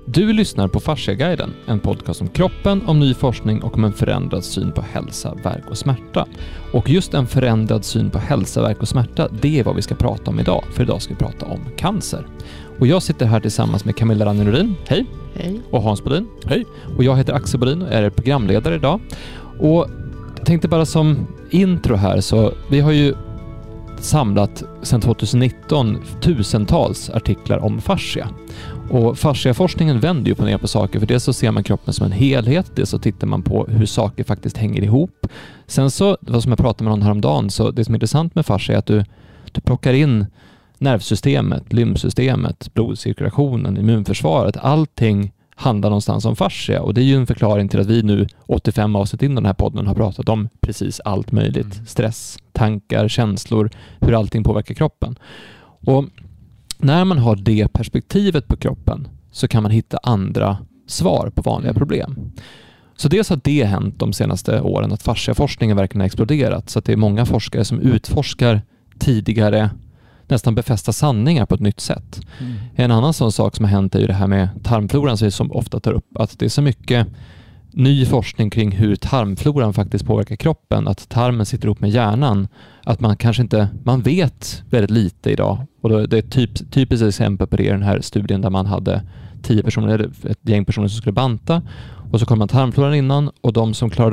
Du lyssnar på Fasciaguiden, en podcast om kroppen, om ny forskning och om en förändrad syn på hälsa, värk och smärta. Och just en förändrad syn på hälsa, värk och smärta, det är vad vi ska prata om idag. För idag ska vi prata om cancer. Och jag sitter här tillsammans med Camilla Rannerodin. Hej! Hej! Och Hans Bodin. Hej! Och jag heter Axel Bodin och är programledare idag. Och jag tänkte bara som intro här, så vi har ju samlat sedan 2019 tusentals artiklar om fascia. Och fasciaforskningen vänder ju på ner på saker, för det så ser man kroppen som en helhet, det så tittar man på hur saker faktiskt hänger ihop. Sen så, vad som jag pratade med någon häromdagen, så det som är intressant med fascia är att du plockar in nervsystemet, lymfsystemet, blodcirkulationen, immunförsvaret, allting handlar någonstans om fascia, och det är ju en förklaring till att vi nu 85 avsnitt in i den här podden har pratat om precis allt möjligt. Stress, tankar, känslor, hur allting påverkar kroppen. Och när man har det perspektivet på kroppen så kan man hitta andra svar på vanliga problem. Så dels har det hänt de senaste åren att fasciaforskningen verkligen har exploderat, så att det är många forskare som utforskar tidigare nästan befästa sanningar på ett nytt sätt. En annan sån sak som har hänt är ju det här med tarmfloran, som ofta tar upp att det är så mycket ny forskning kring hur tarmfloran faktiskt påverkar kroppen, att tarmen sitter ihop med hjärnan, att man vet väldigt lite idag. Och då, det är ett typiskt exempel på det i den här studien där man hade 10 personer, eller ett gäng personer som skulle banta, och så kom man tarmfloran innan, och de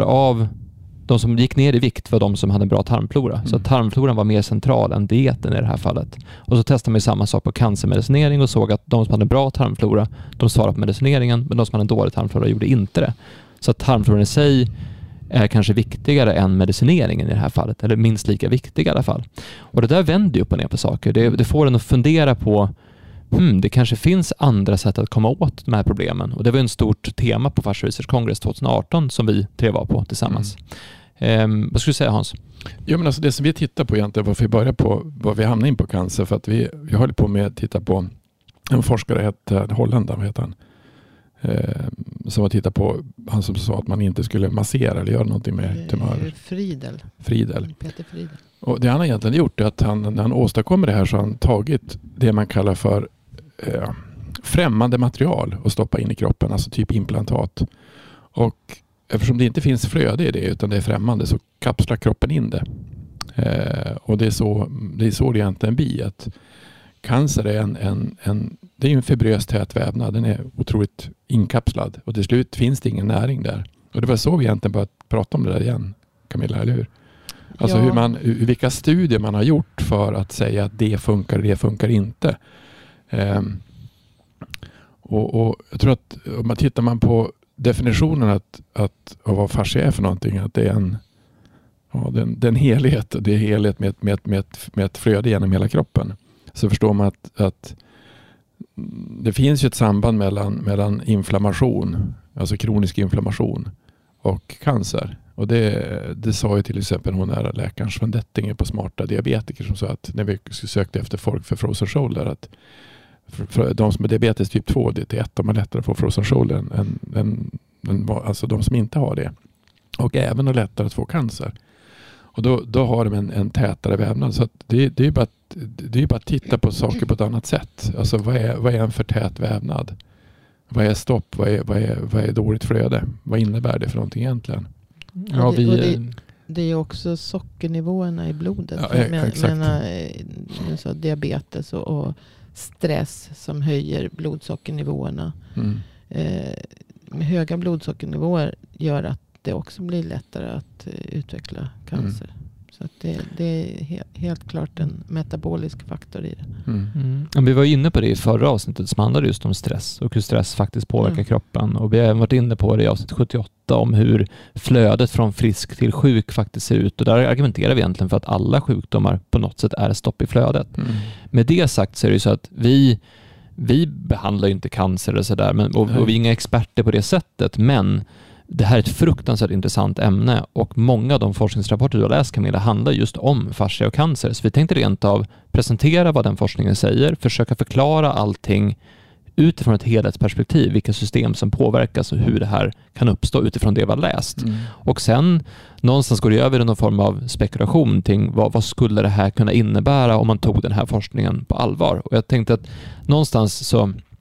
som gick ner i vikt var de som hade en bra tarmflora. Så tarmfloran var mer central än dieten i det här fallet. Och så testade man samma sak på cancermedicinering och såg att de som hade bra tarmflora, de svarade på medicineringen, men de som hade en dålig tarmflora gjorde inte det. Så att tarmfloran i sig är kanske viktigare än medicineringen i det här fallet, eller minst lika viktig i alla fall. Och det där vänder ju upp och ner på saker. Det får en att fundera på det kanske finns andra sätt att komma åt de här problemen. Och det var en stort tema på Fascia Research Congress 2018 som vi tre var på tillsammans. Vad skulle du säga, Hans? Jo, men alltså det som vi tittar på egentligen, varför vi börjar på, vad vi hamnar in på cancer, för att vi håller på med att titta på en forskare hette Holländare, vad heter han? Som har tittat på, han som sa att man inte skulle massera eller göra någonting med tumörer. Friedel. Peter Friedel. Och det han har egentligen gjort är att när han åstadkommer det här så har han tagit det man kallar för främmande material och stoppa in i kroppen, alltså typ implantat. Och eftersom det inte finns flöde i det utan det är främmande, så kapslar kroppen in det. Och det är så det egentligen blir, att cancer är det är en fibrös tät vävnad. Den är otroligt inkapslad och till slut finns det ingen näring där. Och det var så vi egentligen började prata om det där igen, Camilla, eller hur? Alltså vilka studier man har gjort för att säga att det funkar inte. Och jag tror att om man tittar på definitionen att vad fascia är för någonting, att det är en helhet, det är helhet med ett flöde genom hela kroppen. Så förstår man att det finns ju ett samband mellan inflammation, alltså kronisk inflammation, och cancer. Och det sa ju till exempel hon där läkaren Sven Dettinger på Smarta diabetiker, som sa att när vi sökte efter folk för frozen shoulder, att för de som har diabetes typ 2, det är 1, de har lättare att få frozen shoulder alltså de som inte har det. Och även har lättare att få cancer. Och då har de en tätare vävnad. Så att det är bara att titta på saker på ett annat sätt. Alltså vad är en för tät vävnad? Vad är stopp? Vad är dåligt flöde? Vad innebär det för någonting egentligen? Ja, det är också sockernivåerna i blodet. Så diabetes och stress som höjer blodsockernivåerna. Höga blodsockernivåer gör att det också blir lättare att utveckla cancer. Så att det är helt klart en metabolisk faktor i det. Vi var inne på det i förra avsnittet som handlade just om stress och hur stress faktiskt påverkar kroppen. Och vi har varit inne på det i avsnitt 78 om hur flödet från frisk till sjuk faktiskt ser ut. Och där argumenterar vi egentligen för att alla sjukdomar på något sätt är stopp i flödet. Med det sagt så är det ju så att vi behandlar ju inte cancer eller sådär, och vi är inga experter på det sättet, men det här är ett fruktansvärt intressant ämne, och många av de forskningsrapporter du har läst, Camilla, handlar just om fascia och cancer. Så vi tänkte rent av presentera vad den forskningen säger, försöka förklara allting utifrån ett helhetsperspektiv, vilka system som påverkas och hur det här kan uppstå utifrån det vi har läst. Och sen någonstans går det över i någon form av spekulation kring vad skulle det här kunna innebära om man tog den här forskningen på allvar. Och jag tänkte att någonstans så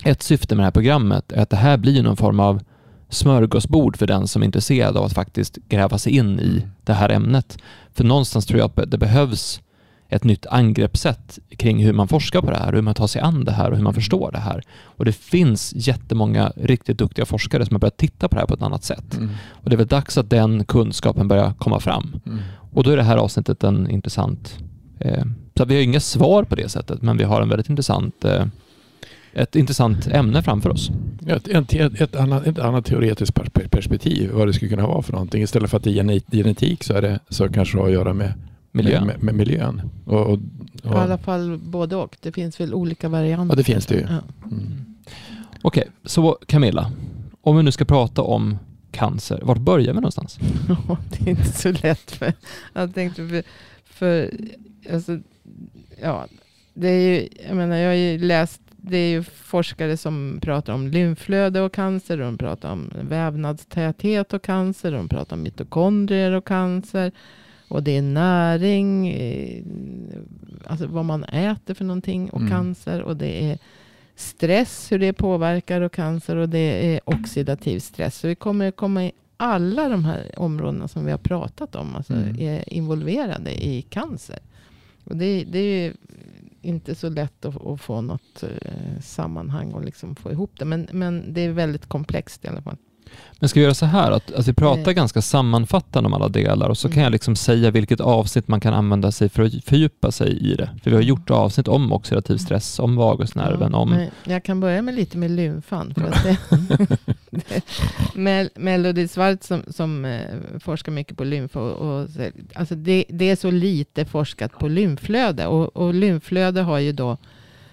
ett syfte med det här programmet är att det här blir någon form av smörgåsbord för den som är intresserad av att faktiskt gräva sig in i det här ämnet. För någonstans tror jag att det behövs ett nytt angreppssätt kring hur man forskar på det här, hur man tar sig an det här och hur man förstår det här. Och det finns jättemånga riktigt duktiga forskare som har börjat titta på det här på ett annat sätt. Och det är väl dags att den kunskapen börjar komma fram. Och då är det här avsnittet en intressant... så vi har inga svar på det sättet, men vi har en väldigt intressant... ett intressant ämne framför oss. Ett annat teoretiskt perspektiv, vad det skulle kunna vara för någonting. Istället för att det är genetik så kanske det har att göra med miljön. Och I alla fall både och. Det finns väl olika varianter. Ja, det finns det ju. Ja. Okej, så Camilla, om vi nu ska prata om cancer, vart börjar vi någonstans? Det är inte så lätt. För jag tänkte alltså, ja, det är ju, jag menar, jag har ju läst, det är ju forskare som pratar om lymflöde och cancer, de pratar om vävnadstäthet och cancer, de pratar om mitokondrier och cancer, och det är näring, alltså vad man äter för någonting och cancer, och det är stress, hur det påverkar och cancer, och det är oxidativ stress. Så vi kommer komma i alla de här områdena som vi har pratat om, alltså är involverade i cancer. Och det är ju inte så lätt att få något sammanhang och liksom få ihop det. Men det är väldigt komplext i alla fall. Men ska vi göra så här att vi pratar ganska sammanfattande om alla delar, och så kan jag liksom säga vilket avsnitt man kan använda sig för att fördjupa sig i det. För vi har gjort avsnitt om oxidativ stress, om vagusnerven, om... Jag kan börja med lite med lymfan. För att Melody Schwartz som forskar mycket på lymf. Alltså det är så lite forskat på lymflöde. Och lymflöde har ju då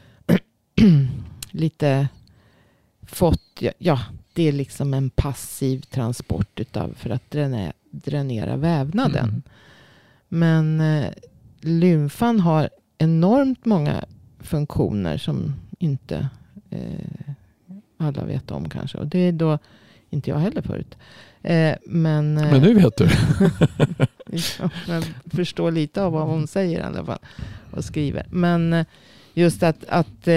lite fått... Ja, det är liksom en passiv transport för att dränera vävnaden. Men lymfan har enormt många funktioner som inte alla vet om kanske. Och det är då inte jag heller förut. Men nu vet du. Jag förstår lite av vad hon säger i alla fall och skriver. Men just att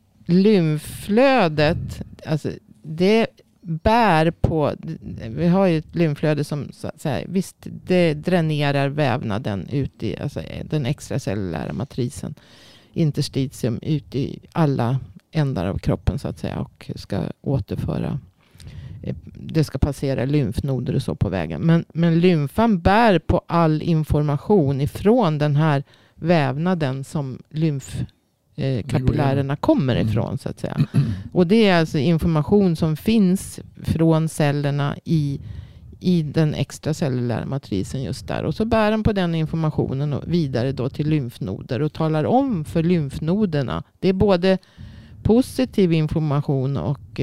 lymflödet, alltså det bär på, vi har ju ett lymflöde som så att säga, visst det dränerar vävnaden ut i, alltså den extracellulära matrisen, interstitium, ut i alla ändar av kroppen så att säga, och ska återföra, det ska passera lymfnoder och så på vägen. Men lymfan bär på all information ifrån den här vävnaden som kapillärerna kommer ifrån så att säga. Och det är alltså information som finns från cellerna i den extracellulära matrisen just där. Och så bär den på den informationen och vidare då till lymfnoder och talar om för lymfnoderna. Det är både positiv information och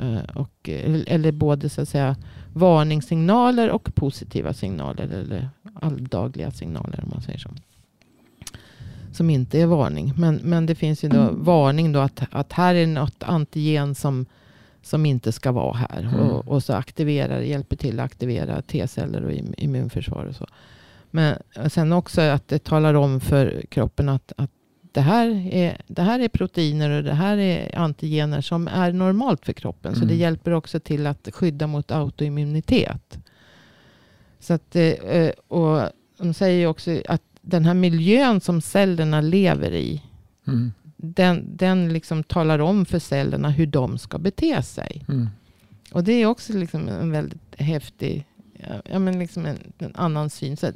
eller både så att säga varningssignaler och positiva signaler, eller alldagliga signaler om man säger så. Som inte är varning. Men det finns ju då varning då att här är något antigen som inte ska vara här. Och så hjälper till att aktivera T-celler och immunförsvar och så. Men sen också att det talar om för kroppen att det här är proteiner och det här är antigener som är normalt för kroppen. Så det hjälper också till att skydda mot autoimmunitet. Så att, och de säger ju också att den här miljön som cellerna lever i, den liksom talar om för cellerna hur de ska bete sig. Och det är också liksom en väldigt häftig, liksom en annan syn. Så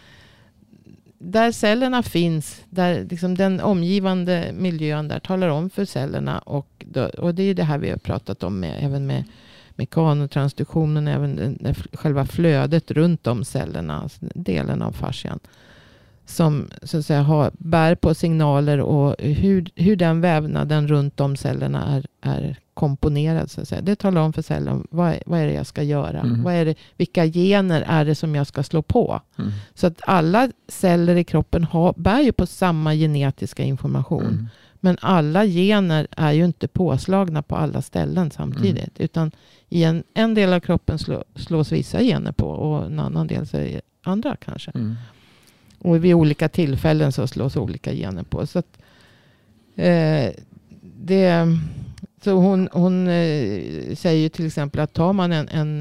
där cellerna finns, där liksom den omgivande miljön där talar om för cellerna, och det är det här vi har pratat om även med mekanotransduktionen, även själva flödet runt om cellerna, alltså delen av fascian, som så att säga bär på signaler och hur den vävnaden runt om cellerna är komponerad så att säga. Det talar om för cellen vad är det jag ska göra? Vilka gener är det som jag ska slå på? Så att alla celler i kroppen bär ju på samma genetiska information. Men alla gener är ju inte påslagna på alla ställen samtidigt. Utan i en del av kroppen slås vissa gener på, och en annan del så är det andra kanske. Och vid olika tillfällen så slås olika gener på. Så att, Så hon säger ju till exempel att tar man en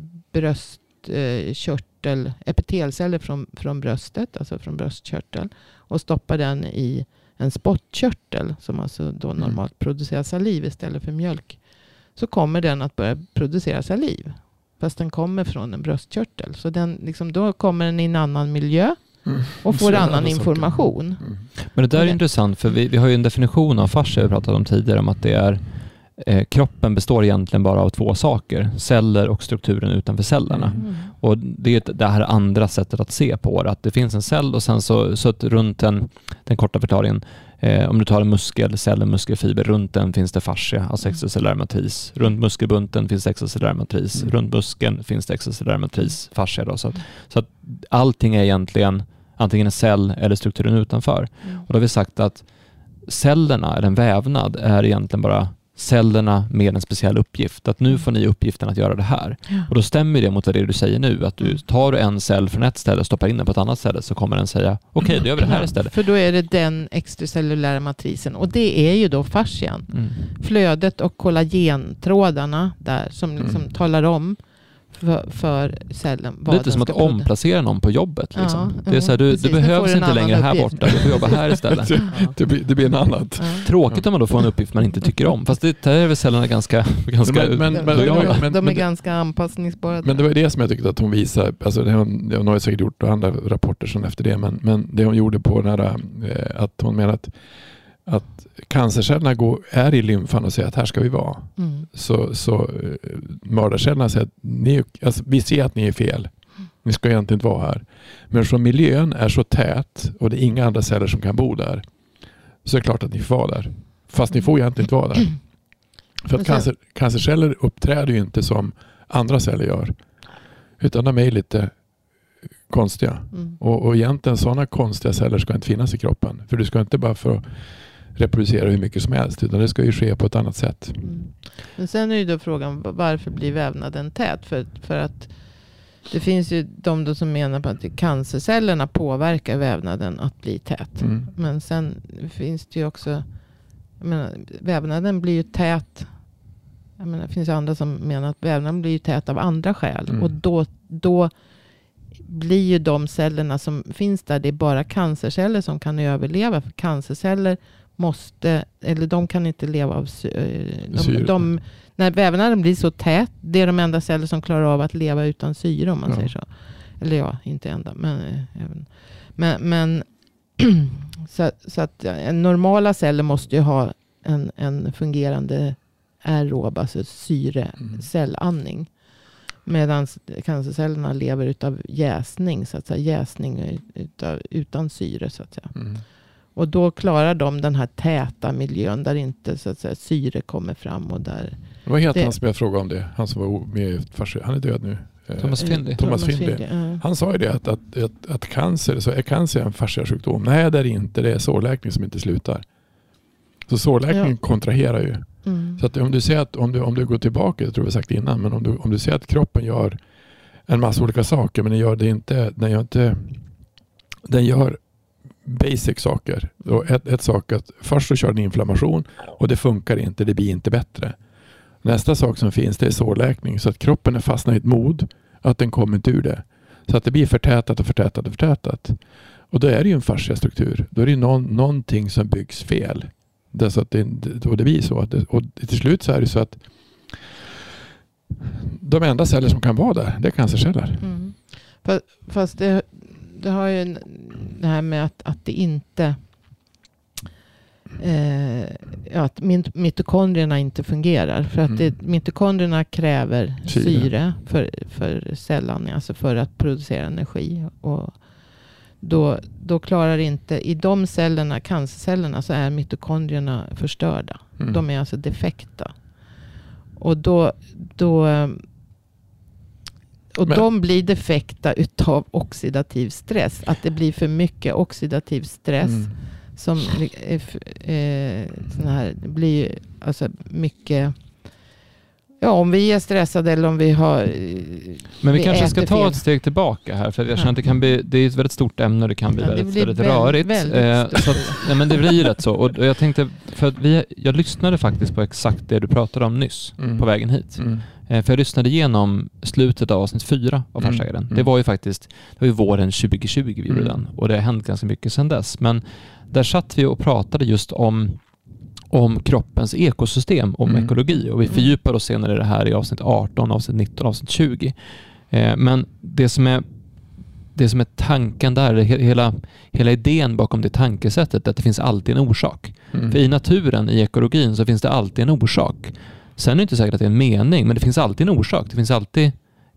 bröstkörtel, epitelceller från bröstet, alltså från bröstkörtel, och stoppar den i en spottkörtel som alltså då normalt producerar saliv istället för mjölk, så kommer den att börja producera saliv. Fast den kommer från en bröstkörtel. Så den, liksom, då kommer den i en annan miljö och får annan information. Men det där är intressant, för vi har ju en definition av fascia vi pratade om tidigare, om att det är kroppen består egentligen bara av två saker. Celler och strukturen utanför cellerna. Och det är det här andra sättet att se på det. Att det finns en cell och sen så att runt den korta förklaringen, om du tar en muskelcell, en muskelfiber, runt den finns det fascia, alltså extracellulär matris. Runt muskelbunten finns det extracellulär matris. Runt muskeln finns det extracellulär matris, fascia då. Så att allting är egentligen antingen en cell eller strukturen utanför. Och då har vi sagt att cellerna, eller en vävnad, är egentligen bara cellerna med en speciell uppgift. Att nu får ni uppgiften att göra det här. Och då stämmer det mot det du säger nu. Att du tar en cell från ett ställe och stoppar in den på ett annat ställe, så kommer den säga okej, då gör vi det här istället. För då är det den extracellulära matrisen. Och det är ju då fascian. Flödet och kollagentrådarna där som liksom talar om för cellen vad lite som att omplacera någon på jobbet. Liksom. Det är så här, du behövs inte längre här borta. Du får jobba här istället. Det blir en annat. Tråkigt om man då får en uppgift man inte tycker om. Fast det är väl cellerna ganska de är ganska anpassningsbara. Men det var det som jag tyckte att hon visade. Alltså hon har säkert gjort andra rapporter som efter det. Men det hon gjorde på den här, att hon menar att cancercellerna är i lymfan och säger att här ska vi vara. Så mördarcellerna säger att vi ser att ni är fel. Ni ska egentligen inte vara här. Men som miljön är så tät och det är inga andra celler som kan bo där, så är det klart att ni får vara där. Fast ni får egentligen inte vara där. För att cancerceller uppträder ju inte som andra celler gör. Utan de är lite konstiga. Och egentligen sådana konstiga celler ska inte finnas i kroppen. För du ska inte bara få reproducera hur mycket som helst, utan det ska ju ske på ett annat sätt. Men sen är ju då frågan, varför blir vävnaden tät? För att det finns ju de då som menar på att cancercellerna påverkar vävnaden att bli tät. Men sen finns det ju också, jag menar, vävnaden blir ju tät. Jag menar, det finns ju andra som menar att vävnaden blir ju tät av andra skäl. Och då blir ju de cellerna som finns där, det är bara cancerceller som kan överleva. För cancerceller de kan inte leva av syre. När vävnaden blir så tät, det är de enda celler som klarar av att leva utan syre, om man säger så. Eller inte enda, men så att normala celler måste ju ha en fungerande aerob, alltså syrecellandning. Medan cancercellerna lever utav jäsning, så att säga, jäsning utan syre, så att säga. Och då klarar de den här täta miljön där inte, så att säga, syre kommer fram. Och där vad heter han som jag frågade om det? Han som var med, han är död nu. Thomas Findlay. Han sa ju det att cancer, så är cancer en fasciasjukdom. Nej, det är inte. Det är sårläkning som inte slutar. Så sårläkning kontraherar ju. Så att om du ser att om du går tillbaka, det tror jag sagt innan, men om du ser att kroppen gör en massa olika saker, men den gör basic saker. Och ett sak att först så kör den inflammation och det funkar inte, det blir inte bättre. Nästa sak som finns, det är sårläkning, så att kroppen är fastnad i ett mod att den kommer inte ur det. Så att det blir förtätat. Och då är det ju en fasciastruktur. Då är det ju någonting som byggs fel. Det så att det blir så. Och till slut så är det så att de enda celler som kan vara där, det är cancerceller. Fast det har ju det här med att det inte att mitokondrierna inte fungerar. För att mitokondrierna kräver syre för cellandning, alltså för att producera energi. Och då klarar inte, i de cellerna, cancercellerna, så är mitokondrierna förstörda. De är alltså defekta. Och de blir defekta utav oxidativ stress. Att det blir för mycket oxidativ stress som sån här, det blir alltså mycket Ja, om vi är stressade eller om vi har... Men vi kanske ska ta ett steg tillbaka här, för jag känner att det är ett väldigt stort ämne och det kan bli väldigt rörigt. Så att, men det blir ju rätt så. Och jag tänkte, för att jag lyssnade faktiskt på exakt det du pratade om nyss på vägen hit. För jag lyssnade igenom slutet av avsnitt 4 av Farsägaren. Det var ju våren 2020 vi gjorde den. Och det har hänt ganska mycket sedan dess. Men där satt vi och pratade just om kroppens ekosystem, om ekologi. Och vi fördjupar oss senare i det här i avsnitt 18, avsnitt 19, avsnitt 20. Men det som är tanken där, hela idén bakom det tankesättet, är att det finns alltid en orsak. För i naturen, i ekologin, så finns det alltid en orsak. Sen är det inte säkert att det är en mening, men det finns alltid en orsak. Det finns alltid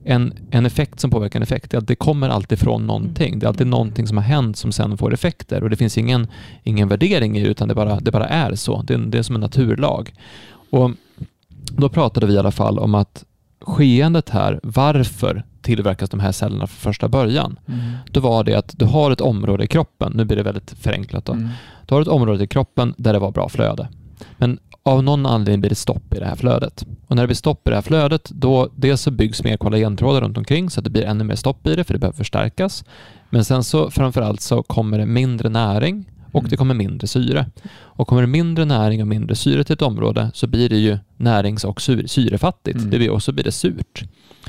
en effekt som påverkar en effekt. Det kommer alltid från någonting. Det är alltid någonting som har hänt som sen får effekter. Och det finns ingen värdering i det, utan det bara är så. Det är som en naturlag. Och då pratade vi i alla fall om att skeendet här, varför tillverkas de här cellerna för första början? Då var det att du har ett område i kroppen, nu blir det väldigt förenklat då. Du har ett område i kroppen där det var bra flöde. Men av någon anledning blir det stopp i det här flödet. Och när det blir stopp i det här flödet, då dels så byggs mer kollagentrådar runt omkring så att det blir ännu mer stopp i det, för det behöver förstärkas. Men sen så framförallt så kommer det mindre näring och det kommer mindre syre. Och kommer det mindre näring och mindre syre till ett område, så blir det ju närings- och syrefattigt. Det blir också blir det surt.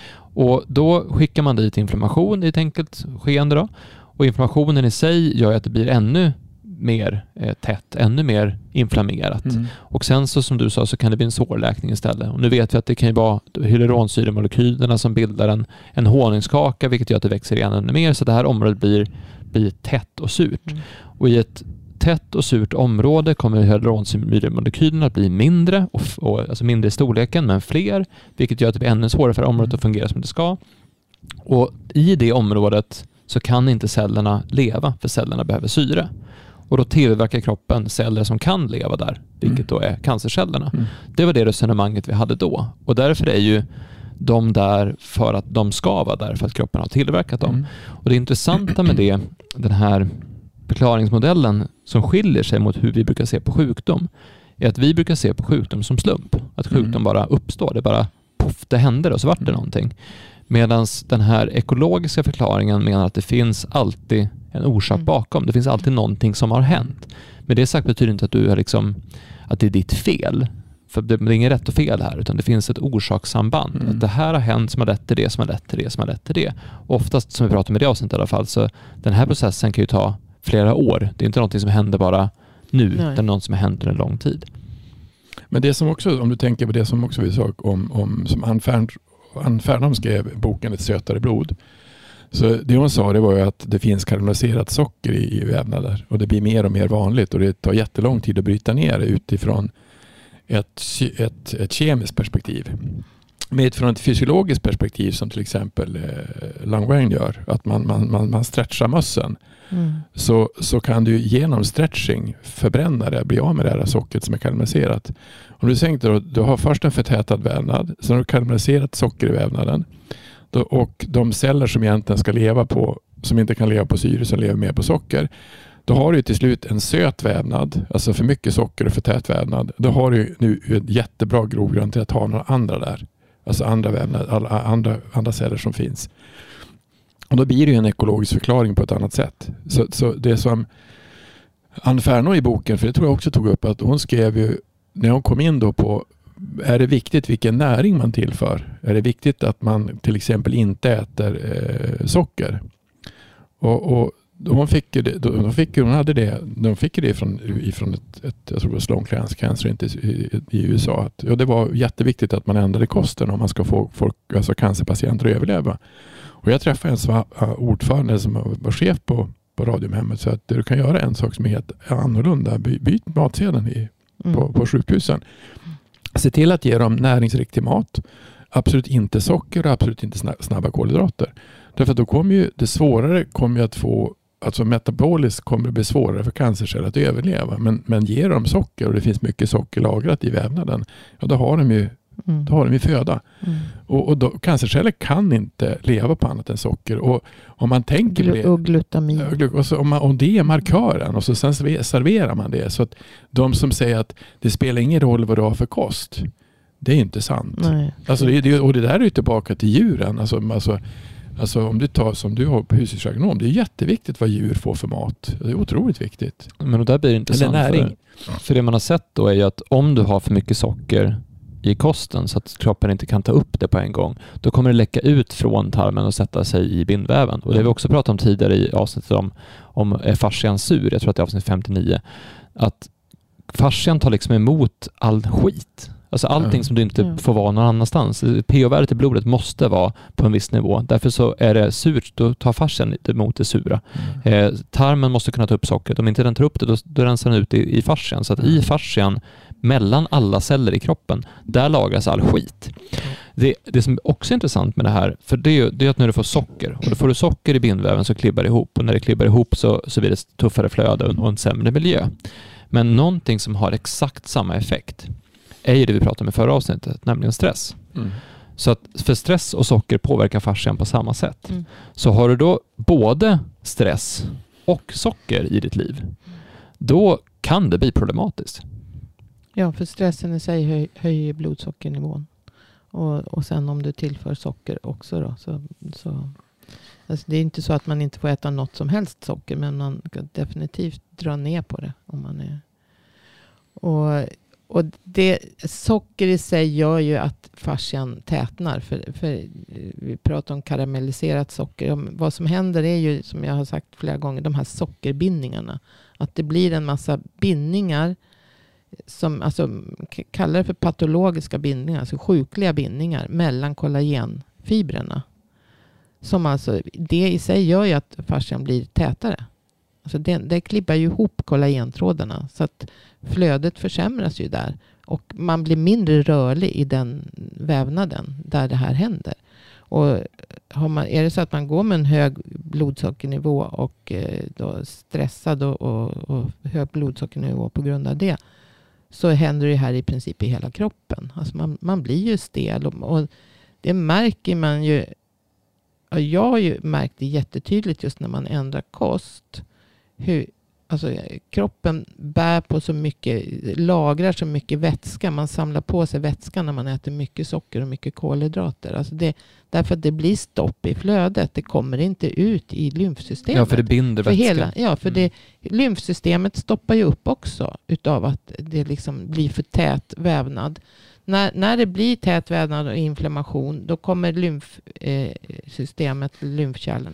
Och då skickar man dit inflammation i ett enkelt skeende då. Och inflammationen i sig gör att det blir ännu mer tätt, ännu mer inflammerat. Och sen så, som du sa, så kan det bli en sårläkning istället. Och nu vet vi att det kan ju vara hyaluronsyremolekylerna som bildar en honungskaka, vilket gör att det växer igen ännu mer, så det här området blir tätt och surt. Och i ett tätt och surt område kommer hyaluronsyremolekylerna att bli mindre, och alltså mindre i storleken, men fler, vilket gör att det blir ännu svårare för området att fungera som det ska. Och i det området så kan inte cellerna leva, för cellerna behöver syre. Och då tillverkar kroppen celler som kan leva där, vilket då är cancercellerna. Det var det resonemanget vi hade då. Och därför är ju de där för att de ska vara där, för att kroppen har tillverkat dem. Och det intressanta med den här förklaringsmodellen som skiljer sig mot hur vi brukar se på sjukdom, är att vi brukar se på sjukdom som slump. Att sjukdom bara uppstår, det bara poff, det händer och så vart det någonting. Medan den här ekologiska förklaringen menar att det finns alltid en orsak bakom. Det finns alltid någonting som har hänt. Men det sagt betyder inte att du är att det är ditt fel. För det är inget rätt och fel här, utan det finns ett orsakssamband. Att det här har hänt som har lett till det, som har lett till det, som har lett till det. Och oftast, som vi pratar med det avsnittet i alla fall, så den här processen kan ju ta flera år. Det är inte någonting som händer bara nu, utan det är något som har hänt under en lång tid. Men det som också, om du tänker på det som också vi sa om som Ann Fernholm skrev boken Ett sötare blod. Så det hon sa, det var ju att det finns karamelliserat socker i vävnader, och det blir mer och mer vanligt, och det tar jättelång tid att bryta ner det utifrån ett kemiskt perspektiv. Men från ett fysiologiskt perspektiv, som till exempel Langevin gör, att man stretchar mössen, så kan du genom stretching förbränna det, bli av med det här sockret som är karamelliserat. Om du tänker du har först en förtätad vävnad, sen har du karamelliserat socker i vävnaden, och de celler som egentligen ska leva på, som inte kan leva på syre, som lever mer på socker, då har du till slut en söt vävnad, alltså för mycket socker och för tät vävnad. Då har du nu en jättebra grogrund till att ha några andra där. Alltså andra vävnad, andra celler som finns. Och då blir det ju en ekologisk förklaring på ett annat sätt. Så det som Ann Fernholm i boken, för det tror jag också tog upp, att hon skrev ju, när hon kom in då på, är det viktigt vilken näring man tillför? Är det viktigt att man till exempel inte äter socker? Och de fick det ifrån ett jag tror det var Sloan Cancer i USA. Att, det var jätteviktigt att man ändrade kosten om man ska få folk, alltså cancerpatienter, att överleva. Och jag träffade en ordförande som var chef på Radiumhemmet, så att du kan göra en sak som är helt annorlunda. Byt matsedeln på sjukhusen. Se till att ge dem näringsriktig mat. Absolut inte socker och absolut inte snabba kolhydrater. Därför att då kommer ju det svårare att få, alltså metaboliskt kommer det bli svårare för cancerceller att överleva. Men ger de socker, och det finns mycket socker lagrat i vävnaden, ja, då har de ju föda. Och då, cancerceller kan inte leva på annat än socker. Och om man tänker på det, och glutamin. Och så om det är markören, och så sen serverar man det. Så att de som säger att det spelar ingen roll vad du har för kost, Det är inte sant. Nej. Alltså och det där är ju tillbaka till djuren. Alltså om du tar som du har på husdjursagronom, det är jätteviktigt vad djur får för mat. Det är otroligt viktigt. Men och där blir det intressant. För det man har sett då är ju att om du har för mycket socker i kosten så att kroppen inte kan ta upp det på en gång, då kommer det läcka ut från tarmen och sätta sig i bindväven. Och det har vi också pratat om tidigare i avsnittet om fascian sur, jag tror att det är avsnitt 59, att fascian tar liksom emot all skit. Alltså allting som du inte får vara någon annanstans. pH-värdet i blodet måste vara på en viss nivå. Därför så är det surt, då tar fascian emot det sura. Tarmen måste kunna ta upp sockret. Om inte den tar upp det, då rensar den ut i fascian. Så att i fascian, mellan alla celler i kroppen, där lagras all skit. Det som också är intressant med det här, för det är att när du får socker, och då får du socker i bindväven så klibbar det ihop. Och när det klibbar ihop så blir det tuffare flöde och en sämre miljö. Men någonting som har exakt samma effekt är ju det vi pratade om i förra avsnittet, nämligen stress. Så att för stress och socker påverkar fascian på samma sätt. Så har du då både stress och socker i ditt liv, då kan det bli problematiskt. Ja, för stressen i sig höjer blodsockernivån. Och sen om du tillför socker också då, så alltså det är inte så att man inte får äta något som helst socker, men man kan definitivt dra ner på det om man är. Och det socker i sig gör ju att fascian tätnar. För vi pratar om karamelliserat socker. Vad som händer är ju, som jag har sagt flera gånger, de här sockerbindningarna. Att det blir en massa bindningar som, alltså kallar det för patologiska bindningar, alltså sjukliga bindningar mellan kollagenfibrerna. Som alltså, det i sig gör ju att fascian blir tätare. Alltså det klibbar ju ihop kollagentrådarna så att flödet försämras ju där. Och man blir mindre rörlig i den vävnaden där det här händer. Och är det så att man går med en hög blodsockernivå och då stressad och hög blodsockernivå på grund av det, så händer det här i princip i hela kroppen. Alltså man blir ju stel och det märker man ju. Jag har ju märkt det jättetydligt just när man ändrar kost. Hur alltså, kroppen bär på så mycket, lagrar så mycket vätska. Man samlar på sig vätska när man äter mycket socker och mycket kolhydrater. Alltså därför att det blir stopp i flödet. Det kommer inte ut i lymfsystemet. Ja, för det binder vätska. Lymfsystemet stoppar ju upp också utav att det liksom blir för tät vävnad. När det blir tät vävnad och inflammation, då kommer lymfsystemet, lymfkärlen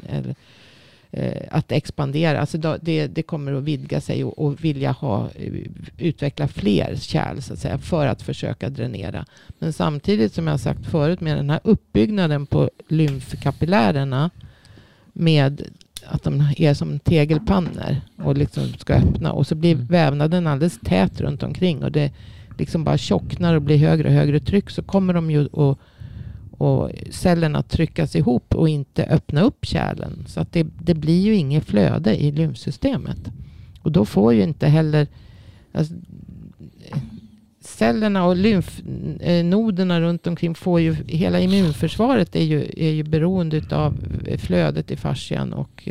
att expandera. Alltså det kommer att vidga sig och vilja utveckla fler kärl så att säga, för att försöka dränera. Men samtidigt, som jag sagt förut, med den här uppbyggnaden på lymfkapillärerna, med att de är som tegelpannor och liksom ska öppna, och så blir vävnaden alldeles tät runt omkring och det liksom bara tjocknar och blir högre och högre tryck, så kommer de ju och cellerna tryckas ihop och inte öppna upp kärlen. Så att det blir ju inget flöde i lymfsystemet. Och då får ju inte heller alltså, cellerna och lymfnoderna runt omkring får ju, hela immunförsvaret är ju beroende av flödet i fascian och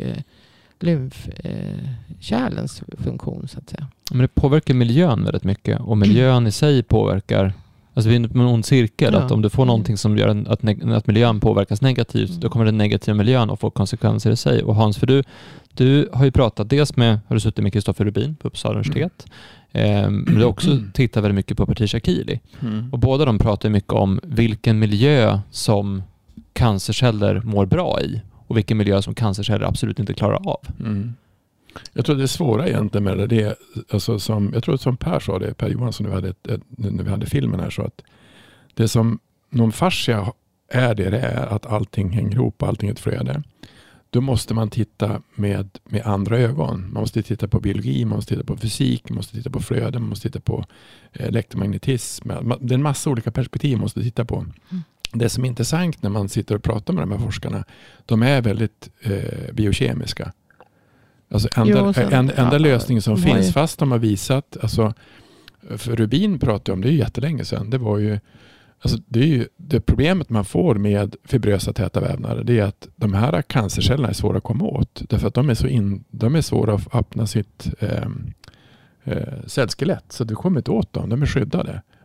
lymfkärlens funktion så att säga. Men det påverkar miljön väldigt mycket, och miljön i sig påverkar. Alltså vi är en ond cirkel, att om du får någonting som gör att miljön påverkas negativt, då kommer den negativa miljön att få konsekvenser i sig. Och Hans, för du har ju pratat dels med, har du suttit med Kristoffer Rubin på Uppsala universitet, men du har också tittat väldigt mycket på Patricia Keeley. Och båda de pratar mycket om vilken miljö som cancerceller mår bra i och vilken miljö som cancerceller absolut inte klarar av. Jag tror det svåra egentligen med det är, alltså jag tror som Per sa det, Per Johansson, när vi hade filmen här, så att det som någon fascia är det är att allting hänger ihop, allting är ett flöde. Då måste man titta med andra ögon. Man måste titta på biologi, man måste titta på fysik, man måste titta på flöde, man måste titta på elektromagnetism. Det är en massa olika perspektiv man måste titta på. Det som är intressant när man sitter och pratar med de här forskarna, de är väldigt biokemiska. Alltså enda lösning som finns, fast de har visat, alltså för Rubin pratade om det ju jättelänge sedan, det var ju, alltså det är ju det problemet man får med fibrösa täta vävnader, det är att de här cancercellerna är svåra att komma åt, därför att de är svåra att öppna sitt cellskelett, så du kommer inte åt dem, de är skyddade.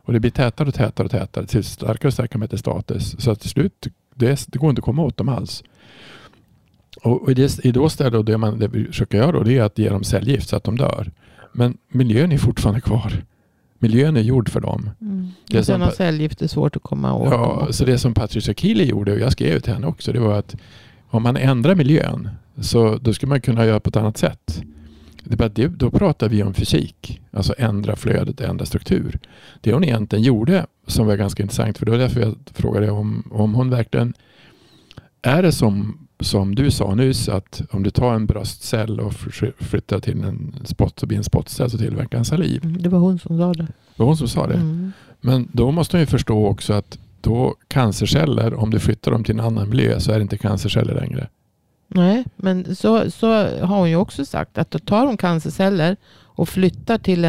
Och det blir tätare och tätare och tätare till starkare och starkare metastatis. Så att till slut, det går inte att komma åt dem alls. Och i då stället det vi försöker göra då, det är att ge dem cellgift så att de dör. Men miljön är fortfarande kvar. Miljön är gjord för dem. Och sen har cellgift är svårt att komma åt. Ja, så det som Patricia Keeley gjorde, och jag skrev till henne också, det var att om man ändrar miljön så då skulle man kunna göra på ett annat sätt. Då pratar vi om fysik. Alltså ändra flödet, ändra struktur. Det hon egentligen gjorde som var ganska intressant, för det var därför jag frågade om hon verkligen är det som du sa nyss, att om du tar en bröstcell och flyttar till en spott så blir en spottcell så tillverkar en saliv. Det var hon som sa det. Det var hon som sa det. Men då måste man ju förstå också att då cancerceller, om du flyttar dem till en annan miljö så är det inte cancerceller längre. Nej, men så har hon ju också sagt att då tar hon cancerceller och flyttar till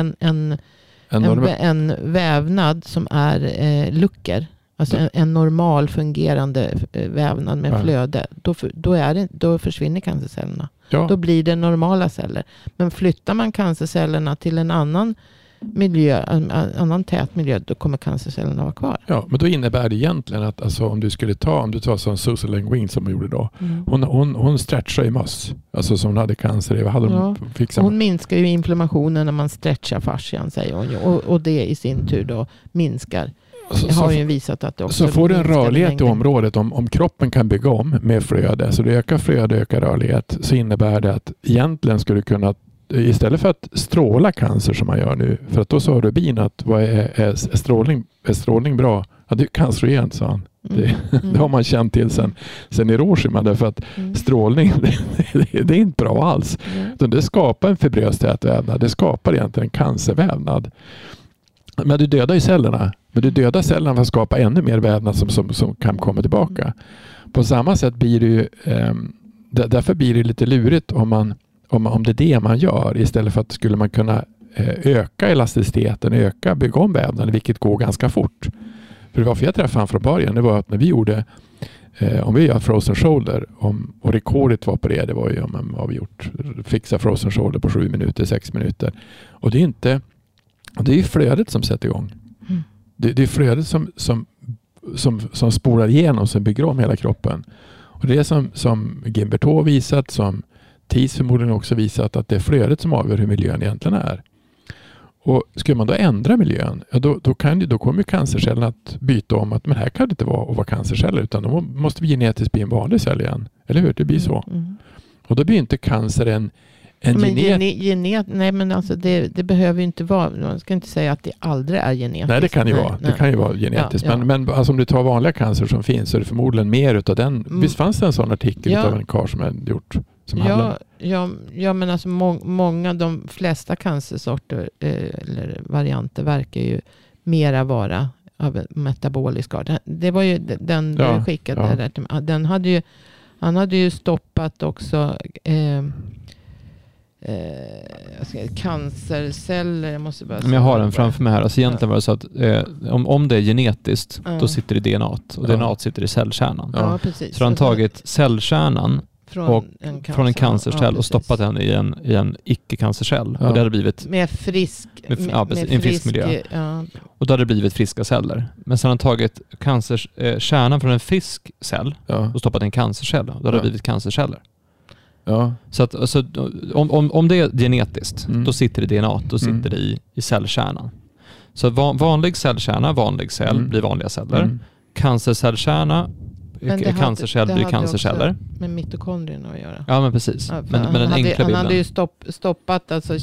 en vävnad som är luckor. Alltså en normal fungerande vävnad med flöde. Då försvinner cancercellerna. Ja. Då blir det normala celler. Men flyttar man cancercellerna till en annan miljö, en annan tät miljö, då kommer cancercellerna vara kvar. Ja, men då innebär det egentligen att alltså, om du tar som Susan Lengwing som hon gjorde då. Hon stretchar i möss. Alltså som hon hade cancer. Hon minskar ju inflammationen när man stretchar fascian, säger hon ju. Och det i sin tur då minskar. Det har ju visat att det också så får du en rörlighet i området. Om kroppen kan bygga om med flöde, så det ökar flöde, ökar rörlighet, så innebär det att egentligen skulle du kunna, istället för att stråla cancer som man gör nu, för att då sa Rubin att är strålning bra? Ja, det är cancerogent, sa han. Det har man känt till sen Hiroshima, därför att strålning det är inte bra alls. Det skapar en fibrös tätvävnad, det skapar egentligen en cancervävnad. Men du dödar ju cellerna. Men du dödar cellerna för att skapa ännu mer vävnad som kan komma tillbaka. På samma sätt blir det ju, därför blir det lite lurigt om det är det man gör, istället för att skulle man kunna öka elasticiteten, bygga om vävnaden, vilket går ganska fort. För det var för jag träffade han från början, det var att när vi gjorde, om vi gör frozen shoulder, och rekordet var på det var ju vad vi gjort, fixa frozen shoulder på 7 minuter, 6 minuter. Och det är ju flödet som sätter igång. Det är flödet som spolar igenom, som bygger om hela kroppen. Och det är som Gimberto har visat, som Thies förmodligen också visat, att det är flödet som avgör hur miljön egentligen är. Och ska man då ändra miljön, då kommer cancercellerna att byta om att men här kan det inte vara cancerceller, utan då måste vi genetiskt bli en vanlig cell igen. Eller hur? Det blir så. Och då blir inte cancer en nej, men alltså det behöver ju inte vara, man ska inte säga att det aldrig är genetiskt. Nej, det kan ju vara. Det kan ju vara genetiskt. Ja. Men alltså, om du tar vanliga cancer som finns, så är det förmodligen mer utav den. Visst fanns det en sån artikel av en karl som hade gjort Ja, men alltså de flesta cancersorter eller varianter verkar ju mera vara av metabolisk art. Det var ju den du skickade där till mig. Han hade ju stoppat också cancerceller. Jag måste bara men jag har den framför mig här. Alltså egentligen var det så att om det är genetiskt, då sitter det i DNA och DNA sitter i cellkärnan. Ja, precis. Så han tagit cellkärnan från en cancercell och stoppat den i en icke-cancercell. Och det hade blivit med en frisk miljö. Ja. Och då hade det blivit friska celler. Men sen har han tagit kärnan från en frisk cell och stoppat i en cancercell. Och då hade det blivit cancerceller. Ja. Så att, alltså, om det är genetiskt, då sitter det i DNA, då sitter det i cellkärnan. Så vanlig cellkärna, vanlig cell blir vanliga celler. Cancercellkärna, cancercell blir cancerceller. Med mitokondrierna att göra. Ja, men precis. Ja, men den enkla bilden. Han hade ju stoppat alltså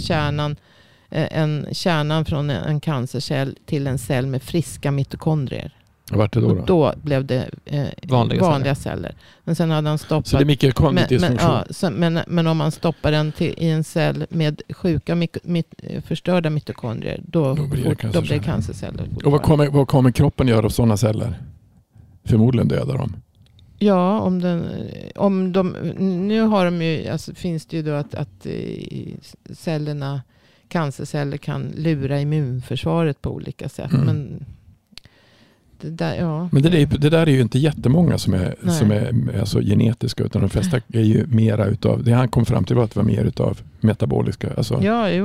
kärnan från en cancercell till en cell med friska mitokondrier. Vart det då? Och då blev det vanliga celler. Men sen hade han stoppat... Så det är mitokondrier dysfunktion. Men om man stoppar den i en cell med sjuka förstörda mitokondrier, då blir det cancerceller. Och vad kommer kroppen göra av sådana celler? Förmodligen döda dem. Ja, nu har de ju, alltså, finns det ju då att cellerna, cancerceller kan lura immunförsvaret på olika sätt. Men det där, ja. Men det där är ju inte jättemånga som är alltså genetiska, utan de flesta är ju mera utav, det han kom fram till var att det var mer utav metaboliska. Alltså,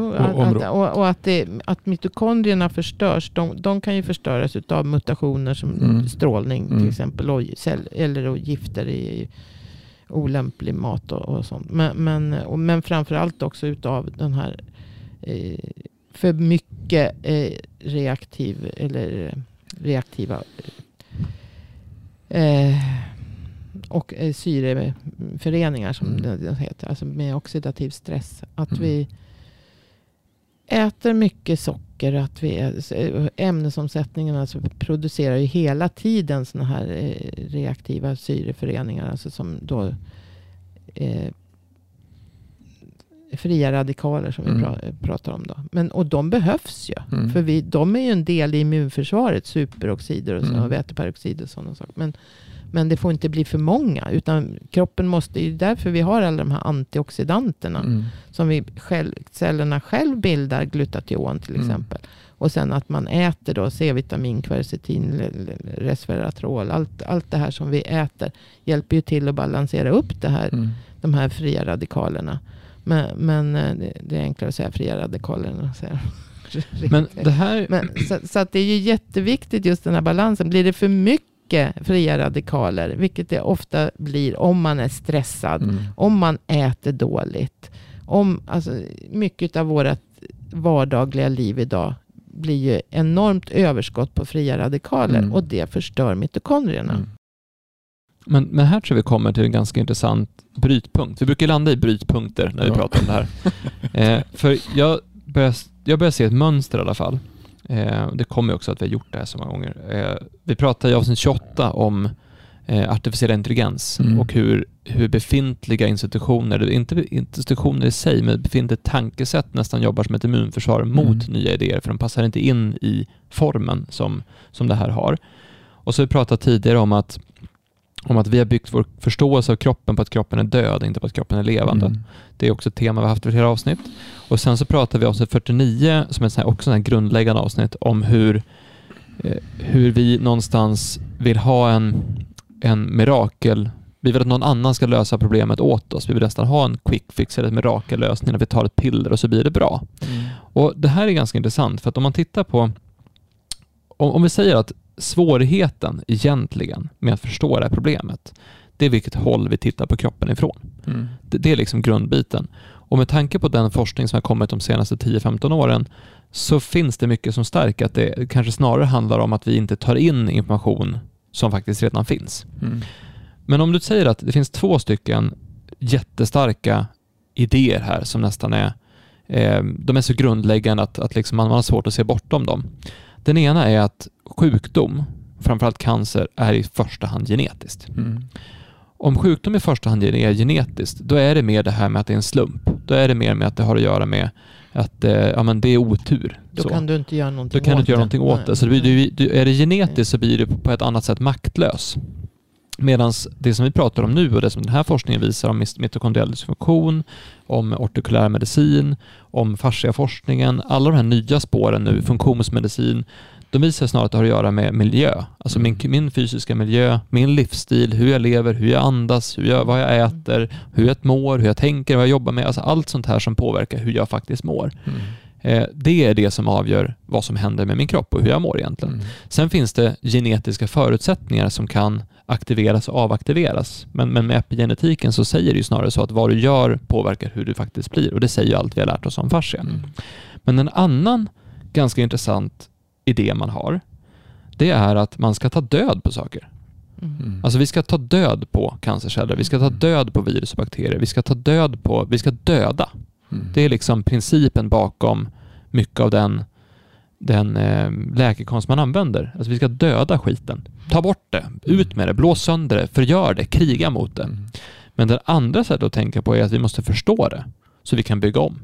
att mitokondrierna förstörs, de kan ju förstöras utav mutationer som strålning till exempel, eller gifter i olämplig mat och sånt. Men framförallt också utav den här för mycket reaktiva och syreföreningar som det heter, alltså med oxidativ stress. Att vi äter mycket socker, att ämnesomsättningen alltså producerar ju hela tiden såna här reaktiva syreföreningar, alltså som då fria radikaler som vi pratar om då. Och de behövs ju. För de är ju en del i immunförsvaret, superoxider och väteperoxider och sådana saker. Men det får inte bli för många, utan kroppen måste ju, därför vi har alla de här antioxidanterna som cellerna själv bildar, glutation till exempel. Och sen att man äter då C-vitamin, kvercetin, resveratrol, allt det här som vi äter hjälper ju till att balansera upp det här, de här fria radikalerna. Men det är enklare att säga fria radikalerna. Men det här... Så att det är ju jätteviktigt just den här balansen. Blir det för mycket fria radikaler, vilket det ofta blir om man är stressad, om man äter dåligt, alltså mycket av vårt vardagliga liv idag blir ju enormt överskott på fria radikaler och det förstör mitokondrierna. Men här tror vi kommer till en ganska intressant brytpunkt. Vi brukar landa i brytpunkter när vi pratar om det här. För jag börjar se ett mönster i alla fall. Det kommer också att vi har gjort det här så många gånger. Vi pratar i avsnitt 28 om artificiell intelligens och hur befintliga institutioner, inte institutioner i sig, men befintligt tankesätt nästan jobbar som ett immunförsvar mot nya idéer, för de passar inte in i formen som det här har. Och så har vi pratat tidigare om att vi har byggt vår förståelse av kroppen på att kroppen är död, inte på att kroppen är levande. Det är också ett tema vi har haft i flera avsnitt. Och sen så pratar vi om avsnitt 49, som är också en grundläggande avsnitt, om hur vi någonstans vill ha en mirakel. Vi vill att någon annan ska lösa problemet åt oss. Vi vill nästan ha en quick fix eller en mirakellösning när vi tar ett piller och så blir det bra. Och det här är ganska intressant, för att om man tittar på, om vi säger att svårigheten egentligen med att förstå det här problemet, det är vilket håll vi tittar på kroppen ifrån. Det är liksom grundbiten. Och med tanke på den forskning som har kommit de senaste 10-15 åren, så finns det mycket som stärker att det kanske snarare handlar om att vi inte tar in information som faktiskt redan finns. Men om du säger att det finns 2 stycken jättestarka idéer här som nästan är de är så grundläggande att liksom man har svårt att se bortom dem. Den ena är att sjukdom, framförallt cancer, är i första hand genetiskt. Om sjukdom i första hand är genetiskt, då är det mer det här med att det är en slump. Då är det mer med att det har att göra med att men det är otur. Då kan du inte göra någonting åt det. Då kan du inte göra någonting åt det. Så är det genetiskt så blir du på ett annat sätt maktlös. Medan det som vi pratar om nu och det som den här forskningen visar om mitokondriell dysfunktion, om ortokulär medicin, om fasciaforskningen, alla de här nya spåren nu, funktionsmedicin, de visar snarare att det har att göra med miljö. Alltså min fysiska miljö, min livsstil, hur jag lever, hur jag andas, vad jag äter, hur jag mår, hur jag tänker, vad jag jobbar med. Alltså allt sånt här som påverkar hur jag faktiskt mår. Det är det som avgör vad som händer med min kropp och hur jag mår egentligen. Sen finns det genetiska förutsättningar som kan aktiveras och avaktiveras. Men med epigenetiken så säger det ju snarare så att vad du gör påverkar hur du faktiskt blir. Och det säger ju allt vi har lärt oss om fascia. Men en annan ganska intressant idé man har, det är att man ska ta död på saker. Alltså vi ska ta död på cancerceller, vi ska ta död på virus och bakterier, vi ska döda. Det är liksom principen bakom mycket av den läkekonst man använder. Alltså vi ska döda skiten. Ta bort det, ut med det, blås sönder det, förgör det, kriga mot det. Men det andra sättet att tänka på är att vi måste förstå det så vi kan bygga om.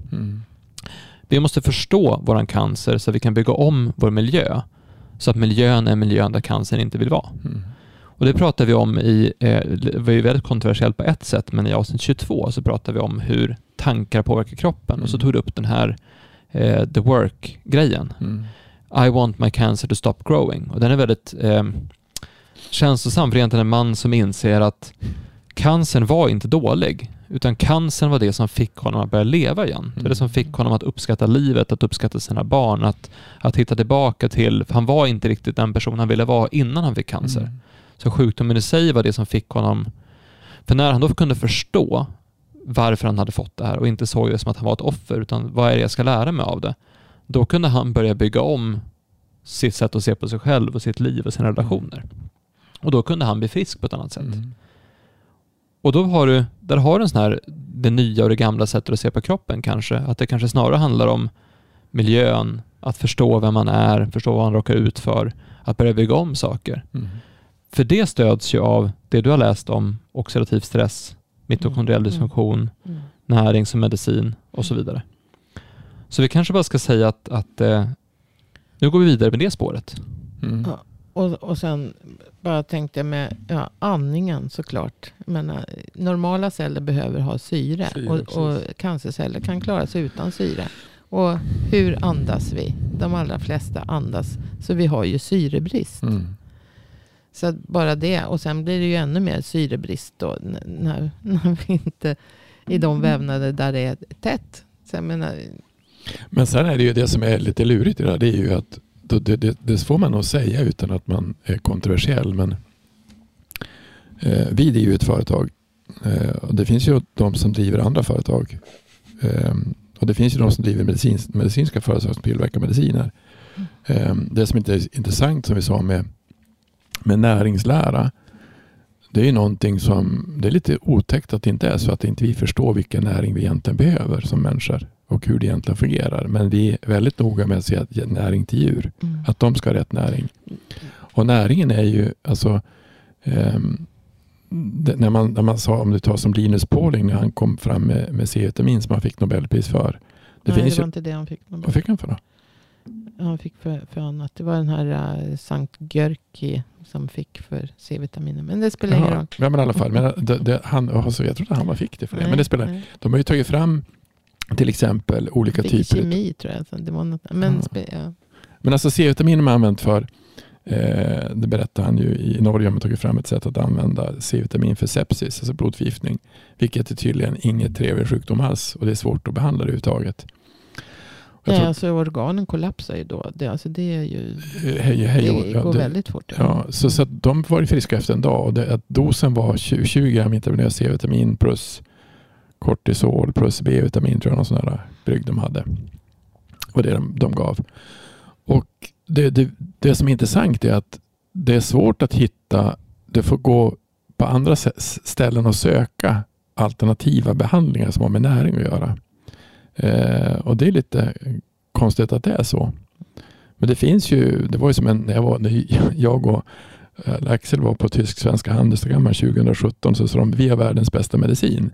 Vi måste förstå våran cancer så att vi kan bygga om vår miljö så att miljön är miljön där cancern inte vill vara. Och det pratar vi om det var ju väldigt kontroversiellt på ett sätt, men i avsnitt 22 så pratar vi om hur tankar påverkar kroppen. Och så tog du upp den här the work-grejen. I want my cancer to stop growing. Och den är väldigt känslosam, för egentligen en man som inser att cancern var inte dålig, utan cancern var det som fick honom att börja leva igen. Det var det som fick honom att uppskatta livet, att uppskatta sina barn, att hitta tillbaka till, han var inte riktigt den person han ville vara innan han fick cancer. Så sjukdomen i sig var det som fick honom, för när han då kunde förstå varför han hade fått det här och inte såg det som att han var ett offer, utan vad är det jag ska lära mig av det, då kunde han börja bygga om sitt sätt att se på sig själv och sitt liv och sina relationer. Och då kunde han bli frisk på ett annat sätt. Och då har du en sån här, det nya och det gamla sättet att se på kroppen kanske. Att det kanske snarare handlar om miljön, att förstå vem man är, förstå vad man råkar ut för, att börja bygga om saker. För det stöds ju av det du har läst om oxidativ stress, mitokondriell dysfunktion, näring som medicin och så vidare. Så vi kanske bara ska säga att nu går vi vidare med det spåret. Ja, och sen bara tänkte jag med andningen såklart. Jag menar, normala celler behöver ha syre och cancerceller kan klara sig utan syre. Och hur andas vi? De allra flesta andas. Så vi har ju syrebrist. Så att bara det. Och sen blir det ju ännu mer syrebrist då, när vi inte i de vävnader där det är tätt. Så jag menar, men sen är det ju det som är lite lurigt i det här. Det är ju att det får man nog säga utan att man är kontroversiell. Men vi är ju ett företag. Och det finns ju de som driver andra företag. Och det finns ju de som driver medicinska företag som tillverkar mediciner. Det som inte är intressant, som vi sa med näringslära, det är ju någonting som, det är lite otäckt att det inte är så att inte vi förstår vilken näring vi egentligen behöver som människor och hur det egentligen fungerar. Men vi är väldigt noga med att se att näring till djur, att de ska ha rätt näring. Och näringen är ju, alltså när man sa, om du tar som Linus Pauling när han kom fram med C-vitamin som han fick Nobelpris för. Det var inte det han fick Nobel. Vad fick han för då? Han fick för annat. Det var den här Sankt Görki som fick för C-vitaminer. Men det spelar ingen roll. Ja, men i alla fall. Men jag trodde han fick det för det. Men det spelar. Nej. De har ju tagit fram till exempel olika typer. Kemi tror jag. Så det var något, men alltså C-vitamin har man använt för, det berättar han ju, i Norge har man tagit fram ett sätt att använda C-vitamin för sepsis, alltså blodförgiftning. Vilket är tydligen inget trevlig sjukdom alls. Och det är svårt att behandla det överhuvudtaget. Alltså organen kollapsar ju då. Det är ju det går väldigt fort. Ja, så att de var friska efter en dag. Och att dosen var 20 gram intravenös C-vitamin plus kortisol plus B-vitamin, tror jag, någon sån där brygg de hade. Och det de gav. Och det som är intressant är att det är svårt att hitta, det får gå på andra ställen och söka alternativa behandlingar som har med näring att göra. Och det är lite konstigt att det är så. Men det finns ju, det var ju som när jag och Axel var på tysk-svenska handelsprogrammet 2017, så sa de, vi har världens bästa medicin.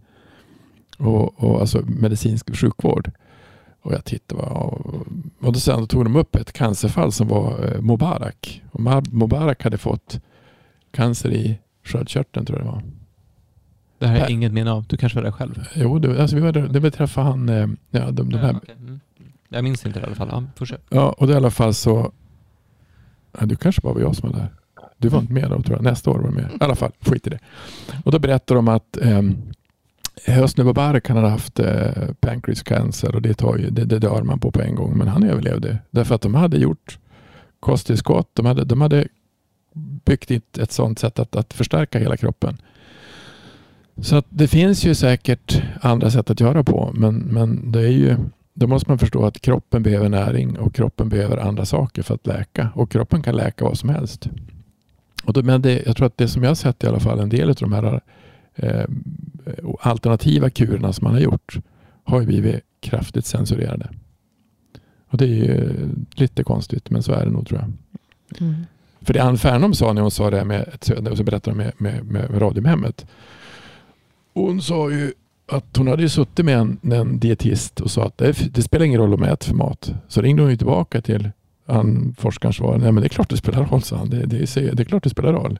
Och alltså medicinsk sjukvård. Och jag tittade och då tog de upp ett cancerfall som var Mubarak. Och Mubarak hade fått cancer i sköldkörteln, tror jag det var. Det här är inget minne av. Du kanske var där själv? Jo, vi var där. Det beträffade han. De här. Okay. Jag minns inte det i alla fall. Fortsätt. Ja, och det i alla fall så. Ja, du kanske bara var jag som var där. Du var inte med då, tror jag. Nästa år var du med. I alla fall, skit i det. Och då berättar de att Hosni Mubarak, han hade haft pancreas cancer, och det dör man på en gång. Men han överlevde. Därför att de hade gjort kosttillskott. De hade byggt ett sånt sätt att förstärka hela kroppen. Så att det finns ju säkert andra sätt att göra på, men det är ju, då måste man förstå att kroppen behöver näring och kroppen behöver andra saker för att läka, och kroppen kan läka vad som helst. Men jag tror att det som jag har sett i alla fall, en del av de här alternativa kurerna som man har gjort har ju blivit kraftigt censurerade. Och det är ju lite konstigt, men så är det nog, tror jag. För det Ann Färnholm sa när hon sa det och så berättade med Radiumhemmet. Hon sa ju att hon hade ju suttit med en dietist och sa att det spelar ingen roll om man äter för mat. Så ringde hon ju tillbaka till forskaren, svarade, nej men det är klart det spelar roll, sa han. Det är klart det spelar roll.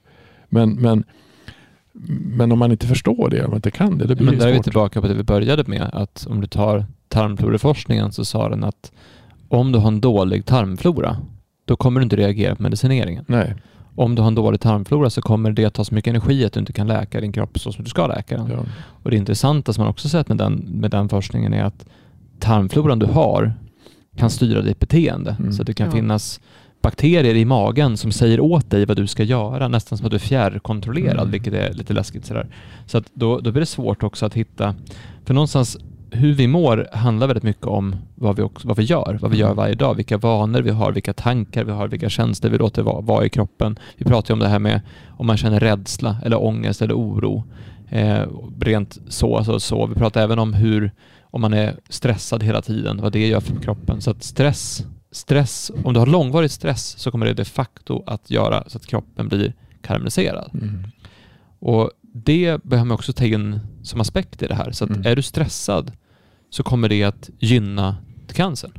Men om man inte förstår det, om man inte kan det, då blir det svårt. Men där är vi tillbaka på det vi började med, att om du tar tarmfloraforskningen, så sa den att om du har en dålig tarmflora, då kommer du inte reagera på medicineringen. Nej. Om du har en dålig tarmflora så kommer det ta så mycket energi att du inte kan läka din kropp så som du ska läka den. Ja. Och det intressanta som man också sett med den forskningen är att tarmfloran du har kan styra ditt beteende. Så att det kan finnas bakterier i magen som säger åt dig vad du ska göra, nästan som att du är fjärrkontrollerad, vilket är lite läskigt sådär. Så att då blir det svårt också att hitta, för någonstans hur vi mår handlar väldigt mycket om vad vi gör varje dag, vilka vanor vi har, vilka tankar vi har, vilka känslor vi låter vara i kroppen. Vi pratar ju om det här med om man känner rädsla eller ångest eller oro. Rent så. Vi pratar även om om man är stressad hela tiden, vad det gör för kroppen. Så att stress, om du har långvarig stress så kommer det de facto att göra så att kroppen blir karamelliserad. Och det behöver man också ta in som aspekt i det här. Så att är du stressad så kommer det att gynna cancer.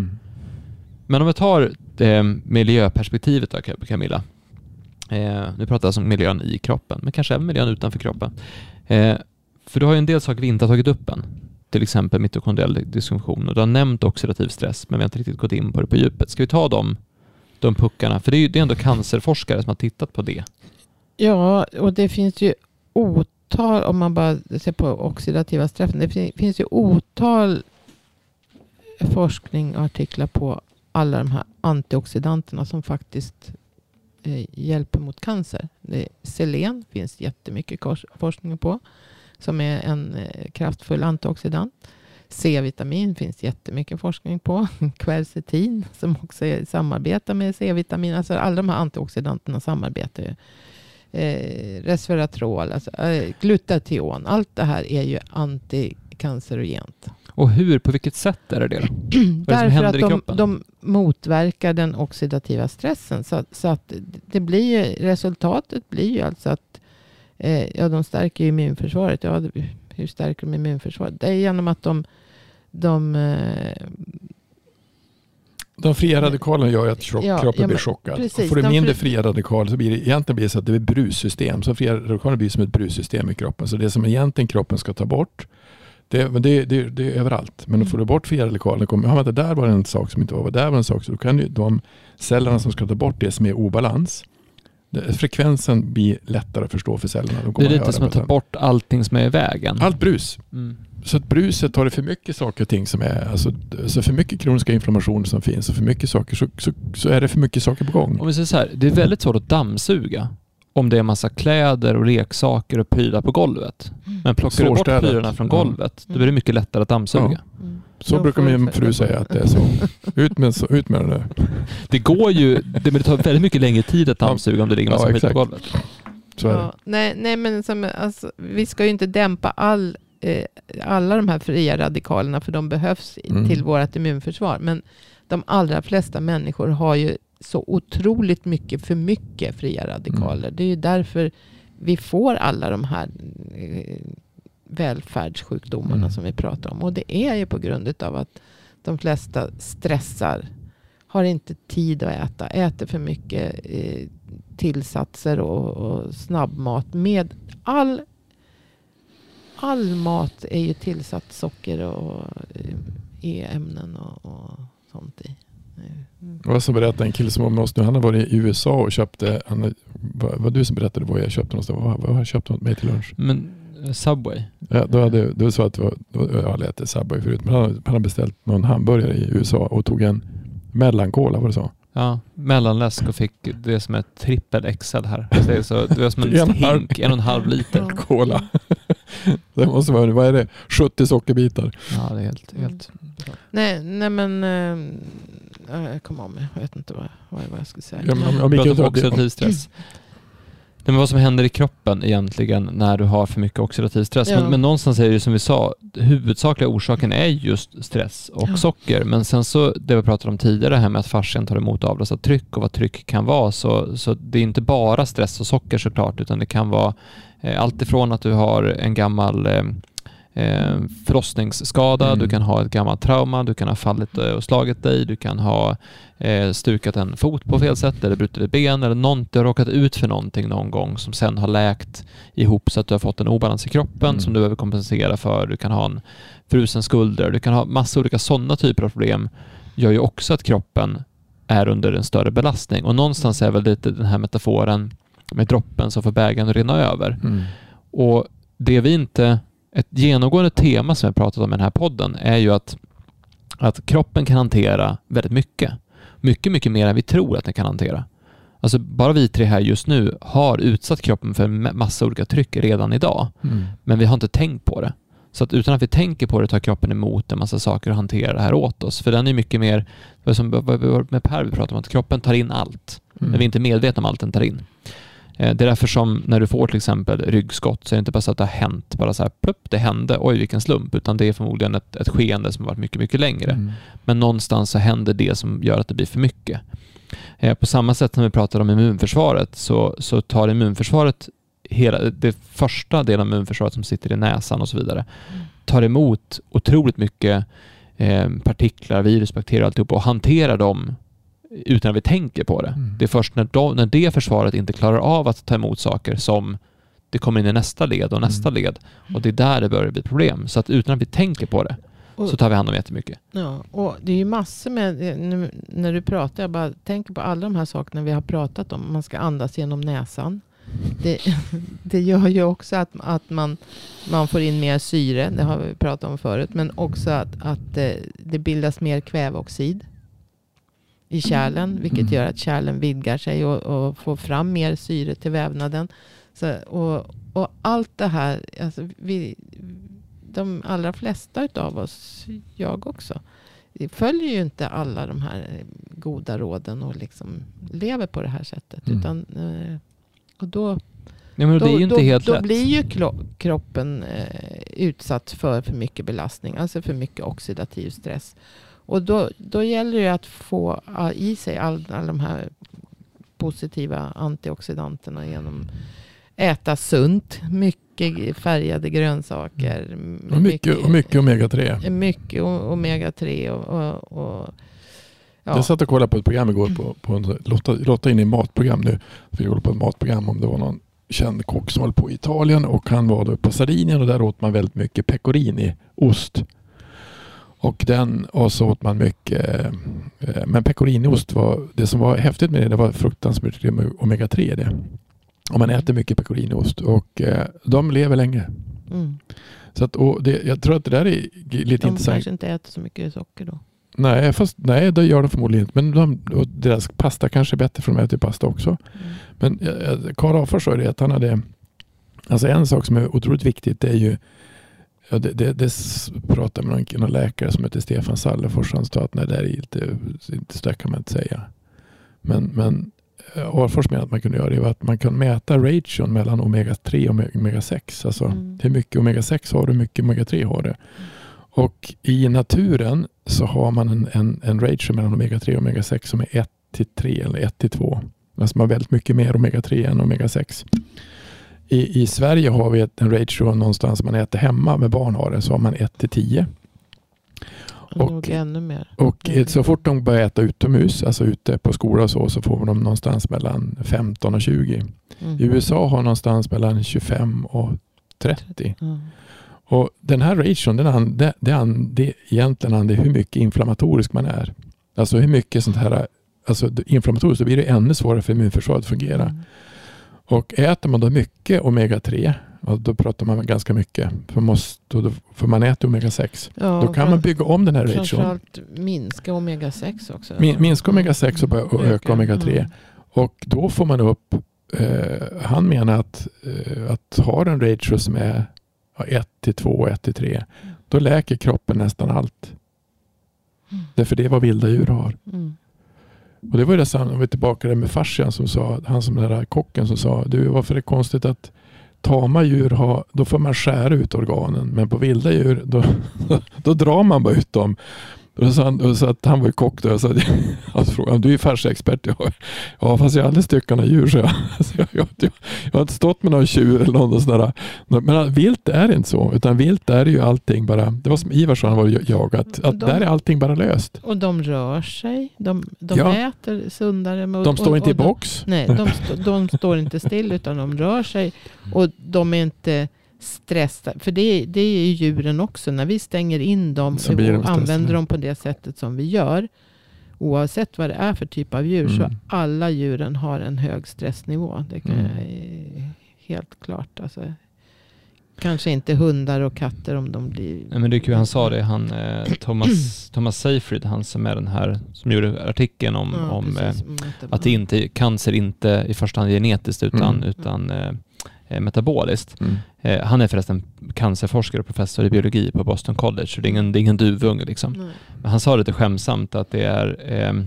Men om vi tar det miljöperspektivet då, Camilla. Nu pratar jag om miljön i kroppen, men kanske även miljön utanför kroppen. För du har ju en del saker vi inte har tagit upp än. Till exempel mitokondriell dysfunktion. Och du har nämnt oxidativ stress, men vi har inte riktigt gått in på det på djupet. Ska vi ta de puckarna? För det är ändå cancerforskare som har tittat på det. Ja, och det finns ju otal, om man bara ser på oxidativa stressen, det finns ju otal forskning och artiklar på alla de här antioxidanterna som faktiskt hjälper mot cancer. Selen finns jättemycket forskning på, som är en kraftfull antioxidant. C-vitamin finns jättemycket forskning på. Quercetin som också samarbetar med C-vitamin. Alltså alla de här antioxidanterna samarbetar ju. Resveratrol, alltså, glutation. Allt det här är ju antikancerogent. Och på vilket sätt är det då? Därför att de motverkar den oxidativa stressen. Så att det blir ju, resultatet blir ju alltså att de stärker immunförsvaret. Ja, hur stärker de immunförsvaret? Det är genom att de fria radikalerna gör ju att kroppen blir chockad. Precis, får du mindre fria radikaler så blir det egentligen så att det är brussystem. Så fria radikaler blir som ett brussystem i kroppen. Så det som egentligen kroppen ska ta bort, det är överallt. Men får du bort fria radikaler, där var en sak som inte var, där var en sak. Så då kan ju de cellerna som ska ta bort det som är obalans, frekvensen blir lättare att förstå för cellerna. Det är lite som att ta bort allting som är i vägen. Allt brus. Så att bruset tar det för mycket saker och ting som är, alltså, så för mycket kroniska inflammationer som finns och för mycket saker så är det för mycket saker på gång. Om vi säger så här, det är väldigt svårt att dammsuga om det är massa kläder och leksaker och prylar på golvet. Men plockar du bort prylarna från golvet, då blir det mycket lättare att dammsuga. Så brukar min fru säga att det är så. Ut med det. Det går ju, det tar väldigt mycket längre tid att dammsuga om det ligger massa skit på golvet. Så är det. Nej, men vi ska ju inte dämpa alla de här fria radikalerna, för de behövs till vårt immunförsvar. Men de allra flesta människor har ju så otroligt mycket för mycket fria radikaler. Det är ju därför vi får alla de här välfärdssjukdomarna som vi pratar om. Och det är ju på grund av att de flesta stressar, har inte tid att äter för mycket tillsatser och snabbmat. Med all mat är ju tillsatt socker och E-ämnen och sånt i. Och så berättade en kille som var med oss nu, han har varit i USA och köpte, vad du som berättade vad jag köpte någonstans, vad har jag köpt något med till lunch? Men Subway? Ja, då sa att jag hade ätit Subway förut, men han hade beställt någon hamburgare i USA och tog en mellankola, var det så? Ja, mellanläsk och fick det som är trippel XL här. Det var som en hink, 1,5 liter. Cola. Det måste vara, vad är det? 70 sockerbitar. Ja, det är helt. Nej men jag kommer om, jag vet inte vad jag ska säga. Oxidativ stress. Det är vad som händer i kroppen egentligen när du har för mycket oxidativ stress. Ja. Men någonstans är det ju som vi sa, huvudsakliga orsaken är just stress och socker. Men sen så, det vi pratade om tidigare här med att fascian tar emot avlastat tryck och vad tryck kan vara. Så det är inte bara stress och socker såklart, utan det kan vara allt ifrån att du har en gammal förlossningsskada, du kan ha ett gammalt trauma, du kan ha fallit och slagit dig, du kan ha stukat en fot på fel sätt eller brutit ett ben eller du har råkat ut för någonting någon gång som sen har läkt ihop så att du har fått en obalans i kroppen som du behöver kompensera för. Du kan ha en frusen skulder, du kan ha massa olika sådana typer av problem. Gör ju också att kroppen är under en större belastning. Och någonstans är väl lite den här metaforen med droppen som får bägaren att rinna över. Och det vi inte... Ett genomgående tema som jag pratat om i den här podden är ju att kroppen kan hantera väldigt mycket. Mycket, mycket mer än vi tror att den kan hantera. Alltså bara vi 3 här just nu har utsatt kroppen för en massa olika tryck redan idag. Men vi har inte tänkt på det. Så att utan att vi tänker på det tar kroppen emot en massa saker och hanterar det här åt oss. För den är mycket mer, som med Per vi pratar om, att kroppen tar in allt. Men vi är inte medvetna om allt den tar in. Det är därför som när du får till exempel ryggskott så är det inte bara så att det har hänt bara så här, plupp, det hände, oj vilken slump, utan det är förmodligen ett skeende som har varit mycket, mycket längre. Men någonstans så händer det som gör att det blir för mycket. På samma sätt som vi pratar om immunförsvaret så tar immunförsvaret det första delen av immunförsvaret som sitter i näsan och så vidare tar emot otroligt mycket partiklar, virus, bakterier och alltihop och hanterar dem utan att vi tänker på det. Det är först när det försvaret inte klarar av att ta emot saker som det kommer in i nästa led och nästa led. Och det är där det börjar bli problem. Så att utan att vi tänker på det så tar vi hand om jättemycket. Ja, och det är ju massor med, när du pratar, jag bara tänker på alla de här sakerna vi har pratat om. Man ska andas genom näsan. Det gör ju också att man får in mer syre, det har vi pratat om förut. Men också att det bildas mer kväveoxid i kärlen, vilket gör att kärlen vidgar sig och får fram mer syre till vävnaden. Så, och allt det här, alltså de allra flesta av oss, jag också, följer ju inte alla de här goda råden och liksom lever på det här sättet. Utan, och då blir ju kroppen utsatt för mycket belastning, alltså för mycket oxidativ stress. Och då gäller det att få i sig alla de här positiva antioxidanterna genom äta sunt, mycket färgade grönsaker. Och mycket omega-3. Mycket omega-3 och ja. Jag satt och kollade på ett program igår på Lotta in i matprogram nu. Vi håller på ett matprogram om det var någon känd kock som håller på i Italien och han var då på Sardinien och där åt man väldigt mycket pecorino, ost. Och så åt man mycket, men pecorinoost var, det som var häftigt med det var fruktansvärt med omega-3 det. Och man äter mycket pecorinoost och de lever länge. Så att, jag tror att det där är lite intressant. De kanske inte äter så mycket socker då. Nej, det gör de förmodligen inte. Men deras pasta kanske är bättre för de äter pasta också. Men Karl Afors sa det att han hade, alltså en sak som är otroligt viktigt, det är ju, ja, det pratar med någon läkare som heter Stefan Sallerfors. Han sa att nej, det är inte så kan man inte säga. Men Afors menar att man kunde göra det, att man kan mäta ration mellan omega-3 och omega-6. Alltså hur mycket omega-6 har du, hur mycket omega-3 har du. Och i naturen så har man en ratio mellan omega-3 och omega-6 som är 1-3 eller 1-2. Alltså man har väldigt mycket mer omega-3 än omega-6. I Sverige har vi en ratio någonstans man äter hemma med barn har det, så har man 1-10. Och ännu mer. Och så fort de börjar äta utomhus, alltså ute på skola och så får de någonstans mellan 15 och 20. I USA har någonstans mellan 25 och 30. Och den här ration, det egentligen är hur mycket inflammatorisk man är. Alltså hur mycket sånt här, alltså inflammatoriskt, så blir det ännu svårare för immunförsvaret att fungera. Och äter man då mycket omega-3, och då pratar man ganska mycket, för man äter omega-6. Ja, då kan man bygga om den här ration. Framförallt minska omega-6 också. Minska omega-6 och börja öka omega-3. Och då får man upp, han menar att ha en ratio som är 1-2, 1-3, då läker kroppen nästan allt. Därför det är vad vilda djur har. Och det var ju det samma, om vi är tillbaka där med fascian som sa, han som den där kocken som sa, varför är det konstigt att tama djur då får man skära ut organen, men på vilda djur då drar man bara ut dem. Och så att han var ju kock då. Jag frågade, du är färsexpert. Ja, fast jag har aldrig styckat några djur. Så jag har inte stått med någon tjur eller någon sån där. Men vilt är inte så. Utan vilt är ju allting bara, det var som Ivarsson var jagat. Att där är allting bara löst. Och de rör sig. De äter sundare. De står inte i box. Nej, de står inte still utan de rör sig. Och de är inte stressa. För det är ju djuren också. När vi stänger in dem och använder dem på det sättet som vi gör oavsett vad det är för typ av djur så alla djuren har en hög stressnivå. Det kan jag helt klart. Alltså, kanske inte hundar och katter om de blir... Nej, men det är kul, han sa det, Thomas Seyfried, han som är den här som gjorde artikeln om att cancer inte i första hand är genetiskt utan metaboliskt. Han är förresten cancerforskare och professor i biologi på Boston College, så det är ingen duvunge liksom. Men han sa lite skämsamt att det är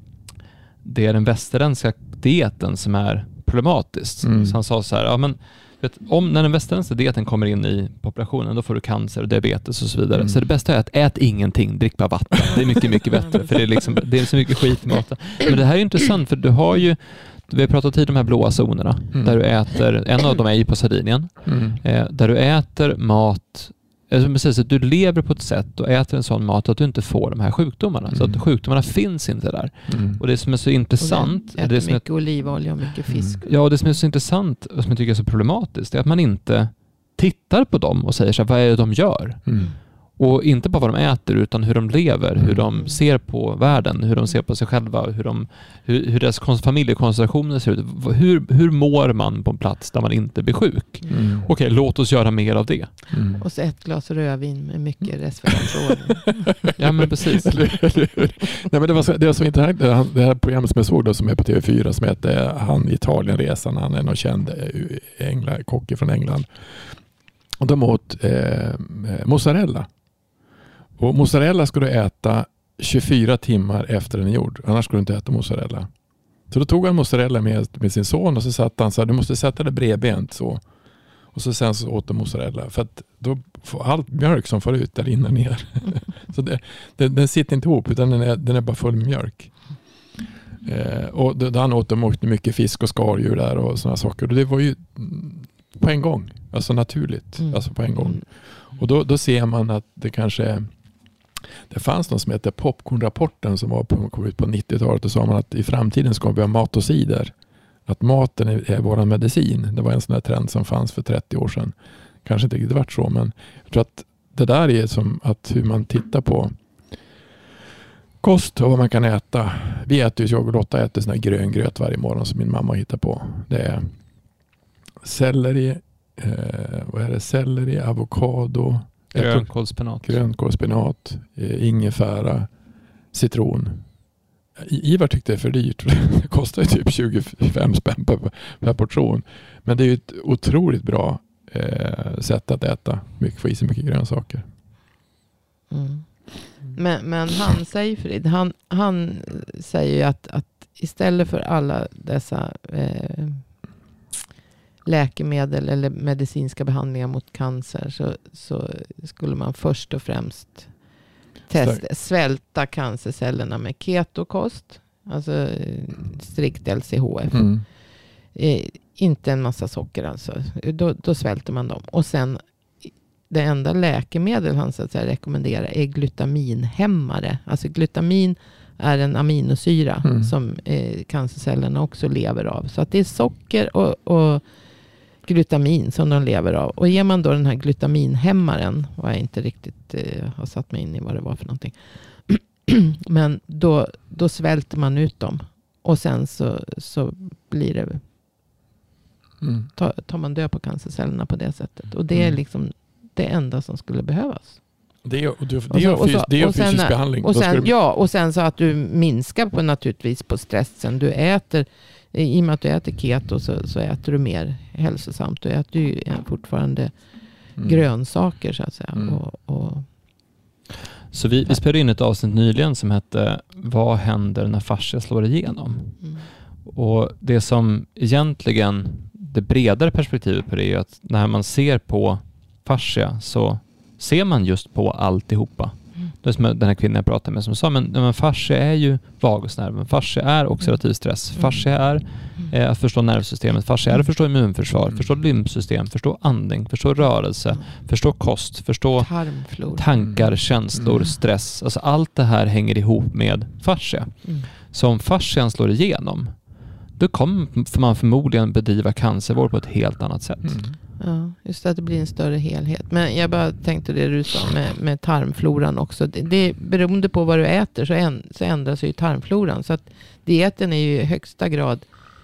den västerländska dieten som är problematiskt. Så han sa så här, men när den västerländska dieten kommer in i populationen, då får du cancer och diabetes och så vidare. Så det bästa är att ät ingenting, drick bara vatten. Det är mycket, mycket bättre, för det är så mycket skit i maten. Men det här är intressant, för du har ju, vi har pratat tidigare om de här blåa zonerna, där du äter, en av dem är ju på Sardinien, där du äter mat, precis, att du lever på ett sätt och äter en sån mat att du inte får de här sjukdomarna. Så att sjukdomarna finns inte där. Och det som är så intressant... Och äter mycket olivolja och mycket fisk. Ja, och det som är så intressant och som jag tycker är så problematiskt är att man inte tittar på dem och säger så här, vad är det de gör? Och inte bara vad de äter utan hur de lever, hur de ser på världen, hur de ser på sig själva, hur deras familjekonstellationer ser ut. Hur mår man på en plats där man inte blir sjuk? Okej, låt oss göra mer av det. Och så ett glas rödvin med mycket resveratrol. Ja, men precis. Nej, men det var så intressant. Det här programmet som jag såg då, som är på TV4, som heter Han Italienresan. Han är någon känd kock från England. Och de åt mozzarella. Och mozzarella ska du äta 24 timmar efter den är gjord. Annars ska du inte äta mozzarella. Så då tog han mozzarella med sin son och så satt han så här, du måste sätta det bredbent så. Och så sen så åt de mozzarella. För att då får allt mjölk som får ut där inne ner. Så den sitter inte ihop, utan den är bara full med mjölk. Och då han åt mycket fisk och skaldjur där och sådana saker. Och det var ju på en gång. Alltså naturligt. Alltså på en gång. Och då ser man att det kanske... Det fanns något som heter Popcorn-rapporten som kom ut på 90-talet, och sa man att i framtiden ska vi ha matocider. Att maten är vår medicin. Det var en sån här trend som fanns för 30 år sedan. Kanske inte riktigt varit så, men jag tror att det där är som att hur man tittar på kost och vad man kan äta. Jag och Lotta äter sån här grön gröt varje morgon som min mamma hittar på. Det är selleri, avokado, grönkålspenat, ingefära, citron. Ivar tyckte det är för dyrt. Det kostar ju typ 25 spänn per portion. Men det är ju ett otroligt bra sätt att äta. Få i sig mycket grönsaker. Men han Seyfried, han säger ju att istället för alla dessa läkemedel eller medicinska behandlingar mot cancer så skulle man först och främst svälta cancercellerna med ketokost, alltså strikt LCHF. Inte en massa socker alltså. Då svälter man dem. Och sen det enda läkemedel han så att säga rekommenderar är glutaminhämmare. Alltså glutamin är en aminosyra som cancercellerna också lever av. Så att det är socker och glutamin som de lever av. Och ger man då den här glutaminhämmaren, vad jag inte riktigt har satt mig in i vad det var för någonting. Men då svälter man ut dem. Och sen så blir det tar man död på cancercellerna på det sättet. Och det är liksom det enda som skulle behövas. Det är fysisk behandling. Och sen så att du minskar naturligtvis på stressen. Du äter, i och med att du äter keto så äter du mer hälsosamt. Du äter ju fortfarande grönsaker så att säga. Så vi spelade in ett avsnitt nyligen som hette Vad händer när fascia slår igenom? Och det som egentligen det bredare perspektivet på det är att när man ser på fascia så ser man just på alltihopa. Det är som den här kvinnan jag pratade med som sa, men fascia är ju vagusnerven. Fascia är oxidativ stress. Fascia är att förstå nervsystemet. Fascia är att förstå immunförsvar, förstå lymfsystem, förstå andning, förstå rörelse, förstå kost, förstå tankar, känslor, stress. Alltså allt det här hänger ihop med fascia. Så om fascian slår igenom, då kommer man förmodligen bedriva cancervård på ett helt annat sätt. Ja, just att det blir en större helhet. Men jag bara tänkte det du sa med tarmfloran också. Det beroende på vad du äter så ändras ju tarmfloran. Så att dieten är ju i högsta grad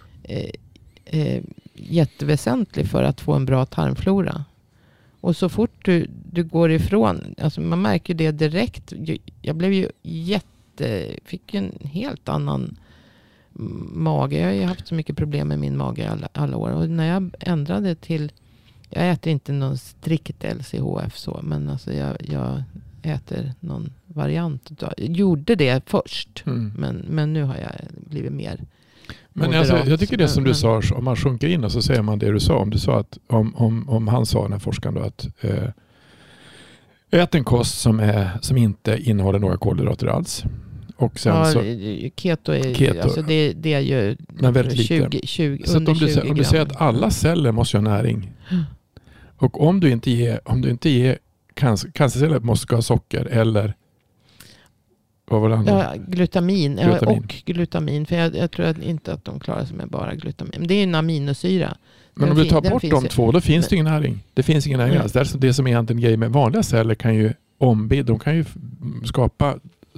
jätteväsentlig för att få en bra tarmflora. Och så fort du går ifrån, alltså man märker det direkt. Jag blev ju fick en helt annan mage. Jag har ju haft så mycket problem med min mage alla år. Och när jag ändrade till, jag äter inte någon strikt LCHF så, men alltså jag äter någon variant. Jag gjorde det först, men nu har jag blivit mer men alltså, jag tycker det som du sa, om man sjunker in och så säger man det du sa. Om du sa att om han sa, den här forskaren då, att ät en kost som inte innehåller några kolhydrater alls. Och sen keto är alltså det är ju väldigt 20 så under 20 gram. Om du säger att alla celler måste ha näring. Och om du inte ger cancerceller måste ha socker eller vad var det andra? Ja, glutamin. Och glutamin. För jag tror inte att de klarar sig med bara glutamin. Men det är en aminosyra. Men om du tar bort de två, då finns det ingen näring. Det finns ingen näring alls. Det som är egentligen grejen med vanliga celler kan ju de kan ju skapa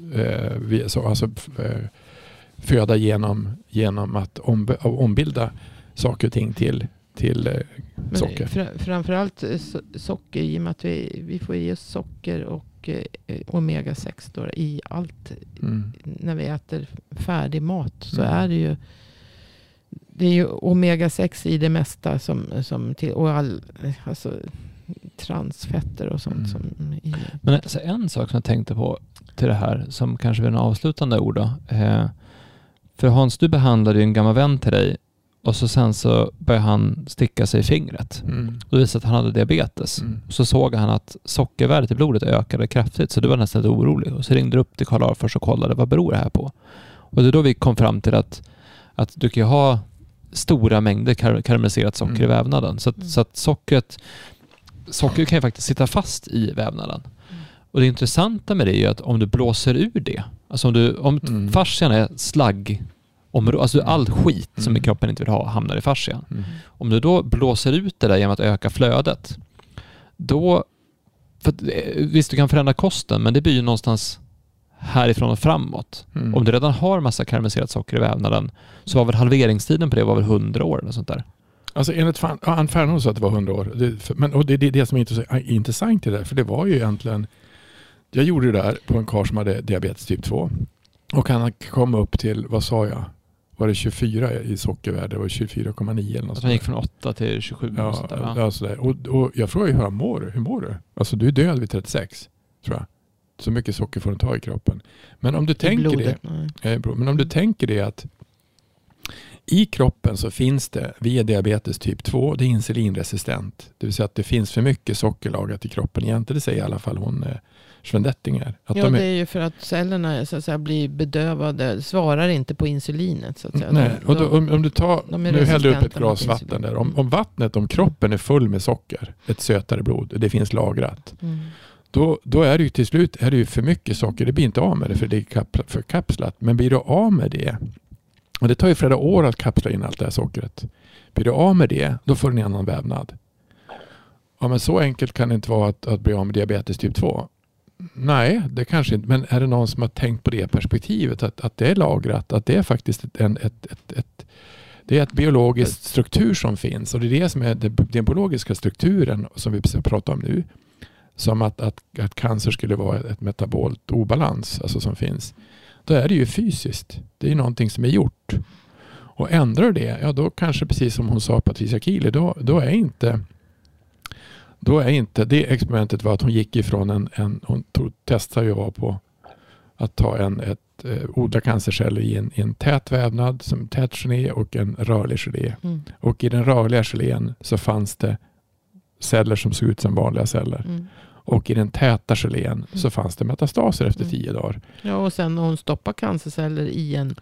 föda genom att ombilda saker och ting till socker. Framförallt socker, i och med att vi får i oss socker och omega-6 då, i allt. När vi äter färdig mat så är det är ju omega-6 i det mesta som till, och alltså transfetter och sånt som Men alltså, en sak som jag tänkte på till det här som kanske är en avslutande ord då. För Hans, du behandlade ju en gammal vän till dig och sen så började han sticka sig i fingret. Och visade att han hade diabetes. Så såg han att sockervärdet i blodet ökade kraftigt, så du var nästan lite orolig. Och så ringde du upp till Karl Arfors och kollade, vad beror det här på? Och det är då vi kom fram till att du kan ju ha stora mängder karamelliserat socker i vävnaden. Så att socker kan ju faktiskt sitta fast i vävnaden. Och det intressanta med det är ju att om du blåser ur det, alltså om fascian är slagg, alltså all skit som i kroppen inte vill ha hamnar i fascian. Om du då blåser ut det där genom att öka flödet, då, visst du kan förändra kosten, men det blir ju någonstans härifrån och framåt. Om du redan har massa karamelliserat socker i vävnaden, så var väl halveringstiden på det var väl 100 år eller sånt där. Alltså enligt Ann Fernholm sa att det var 100 år. Och det är det som är intressant i det där. För det var ju egentligen, jag gjorde det där på en karl som hade diabetes typ 2. Och han kom upp till, vad sa jag? Var det 24 i sockervärde? Det var 24,9 eller något. Han gick från 8 till 27. Ja, och sådär, ja. Sådär. Och jag frågade ju, hur mår du? Alltså du är död vid 36, tror jag. Så mycket socker får du ta i kroppen. Men om du tänker det att i kroppen så finns det via diabetes typ 2, det är insulinresistent. Det vill säga att det finns för mycket socker lagrat i kroppen. Egentligen, det säger i alla fall hon Sven Dettinger. Att det är ju för att cellerna så att säga blir bedövade, svarar inte på insulinet. Så att säga. Nej, om du tar, nu häller du upp ett glas vatten där. Om kroppen är full med socker, ett sötare blod, det finns lagrat. Då är det ju till slut för mycket socker. Det blir inte av med det för det är förkapslat. Men blir du av med det, och det tar ju flera år att kapsla in allt det här sockret. Blir du av med det, då får du en annan vävnad. Ja, men så enkelt kan det inte vara att bli av med diabetes typ 2. Nej, det kanske inte. Men är det någon som har tänkt på det perspektivet? Att det är lagrat, att det är faktiskt det är ett biologiskt struktur som finns. Och det är det som är den biologiska strukturen som vi pratar om nu. Som att cancer skulle vara ett metabolt obalans, alltså som finns. Då är det ju fysiskt. Det är ju någonting som är gjort. Och ändrar det, ja då kanske precis som hon sa, Patricia Keely, då är inte det experimentet var att hon gick ifrån hon testade ju på att ta odla cancerceller i en tät vävnad som tät gelé och en rörlig gelé. Och i den rörliga gelén så fanns det celler som såg ut som vanliga celler. Och i den täta gelén så fanns det metastaser efter 10 dagar. Ja, och sen när hon stoppar cancerceller i en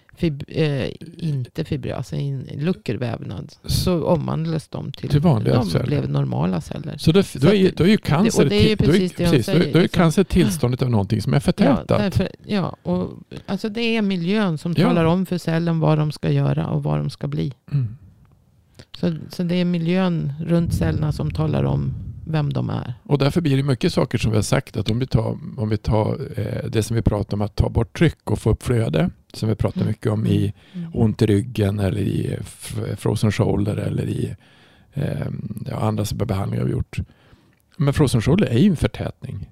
inte fibras, i en luckervävnad, så omvandlas de till vanliga celler. Blev normala celler. Så då är ju cancer då är cancer tillståndet av någonting som är förtätat. Och alltså det är miljön som talar om för cellen vad de ska göra och vad de ska bli. Så det är miljön runt cellerna som talar om vem de är. Och därför blir det mycket saker som vi har sagt, att om vi tar det som vi pratar om, att ta bort tryck och få upp flöde, som vi pratar mycket om i ont i ryggen eller i frozen shoulder eller i andra behandlingar vi har gjort. Men frozen shoulder är ju en förtätning.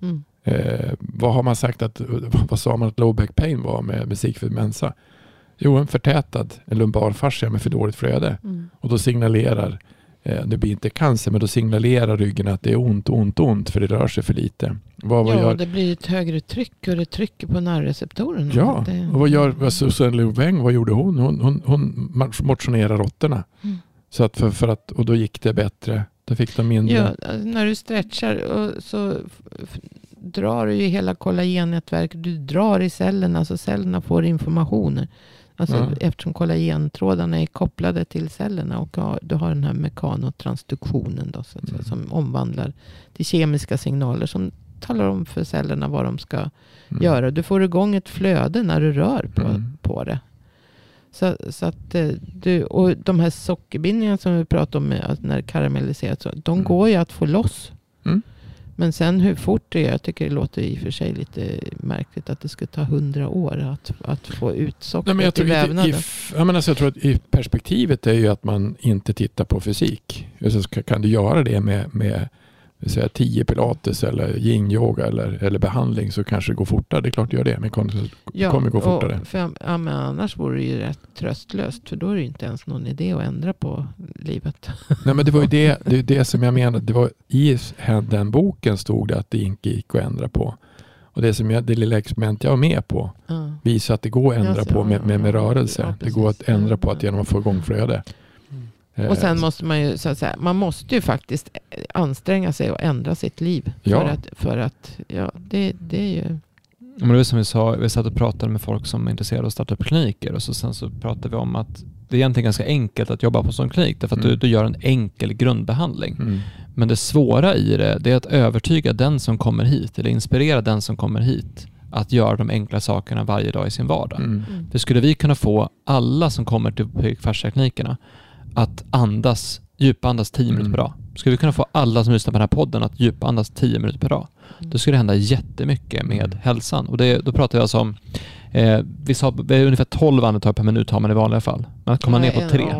Vad har man sagt vad sa man att low back pain var med Sigfrid Mensa? Jo, en förtätad lumbarfascia med för dåligt flöde. Och då signalerar, det blir inte cancer, men då signalerar ryggen att det är ont för det rör sig för lite. Det blir ett högre tryck och det trycker på nervreceptorerna. Ja, och vad gör Susanne Louvain? Vad gjorde hon? Hon motionerar råttorna. Så att, och då gick det bättre. Då fick de mindre. Ja, när du stretchar så drar du ju hela kollagennätverket. Du drar i cellerna så cellerna får informationer. Alltså eftersom kollagentrådarna är kopplade till cellerna och du har den här mekanotransduktionen då, så att säga, som omvandlar till kemiska signaler som talar om för cellerna vad de ska göra. Du får igång ett flöde när du rör på det. Så att och de här sockerbindningarna som vi pratar om när det karamelliseras, de går ju att få loss. Men sen hur fort det är, jag tycker det låter i och för sig lite märkligt att det skulle ta 100 år att få ut sockret i vävnaden. Jag tror att i perspektivet är ju att man inte tittar på fysik. Så kan du göra det med 10 pilates eller yin-yoga eller behandling, så kanske det går fortare. Det är klart det gör det, men kommer gå fortare. Men annars vore det ju rätt tröstlöst, för då är det inte ens någon idé att ändra på livet. Nej, men det var ju det som jag menade. Det var i den boken stod det att det inte gick att ändra på. Och det lilla experiment jag var med på visar att det går att ändra på med rörelse. Ja, det går att ändra på att genom att få igång flöde. Och sen måste man ju, så att säga, man måste ju faktiskt anstränga sig och ändra sitt liv. För att det är ju... Men det är som vi sa, vi satt och pratade med folk som är intresserade av att starta upp kliniker, och sen så pratade vi om att det är egentligen ganska enkelt att jobba på en sån klinik, därför att du gör en enkel grundbehandling. Men det svåra i det är att övertyga den som kommer hit, eller inspirera den som kommer hit att göra de enkla sakerna varje dag i sin vardag. För skulle vi kunna få alla som kommer till fasciaklinikerna att djupandas 10 minuter per dag. Skulle vi kunna få alla som lyssnar på den här podden att djupandas 10 minuter per dag, då skulle det hända jättemycket med hälsan. Och då pratar vi alltså om vi sa ungefär 12 andetag per minut har man i vanliga fall. Men att komma ner på 3.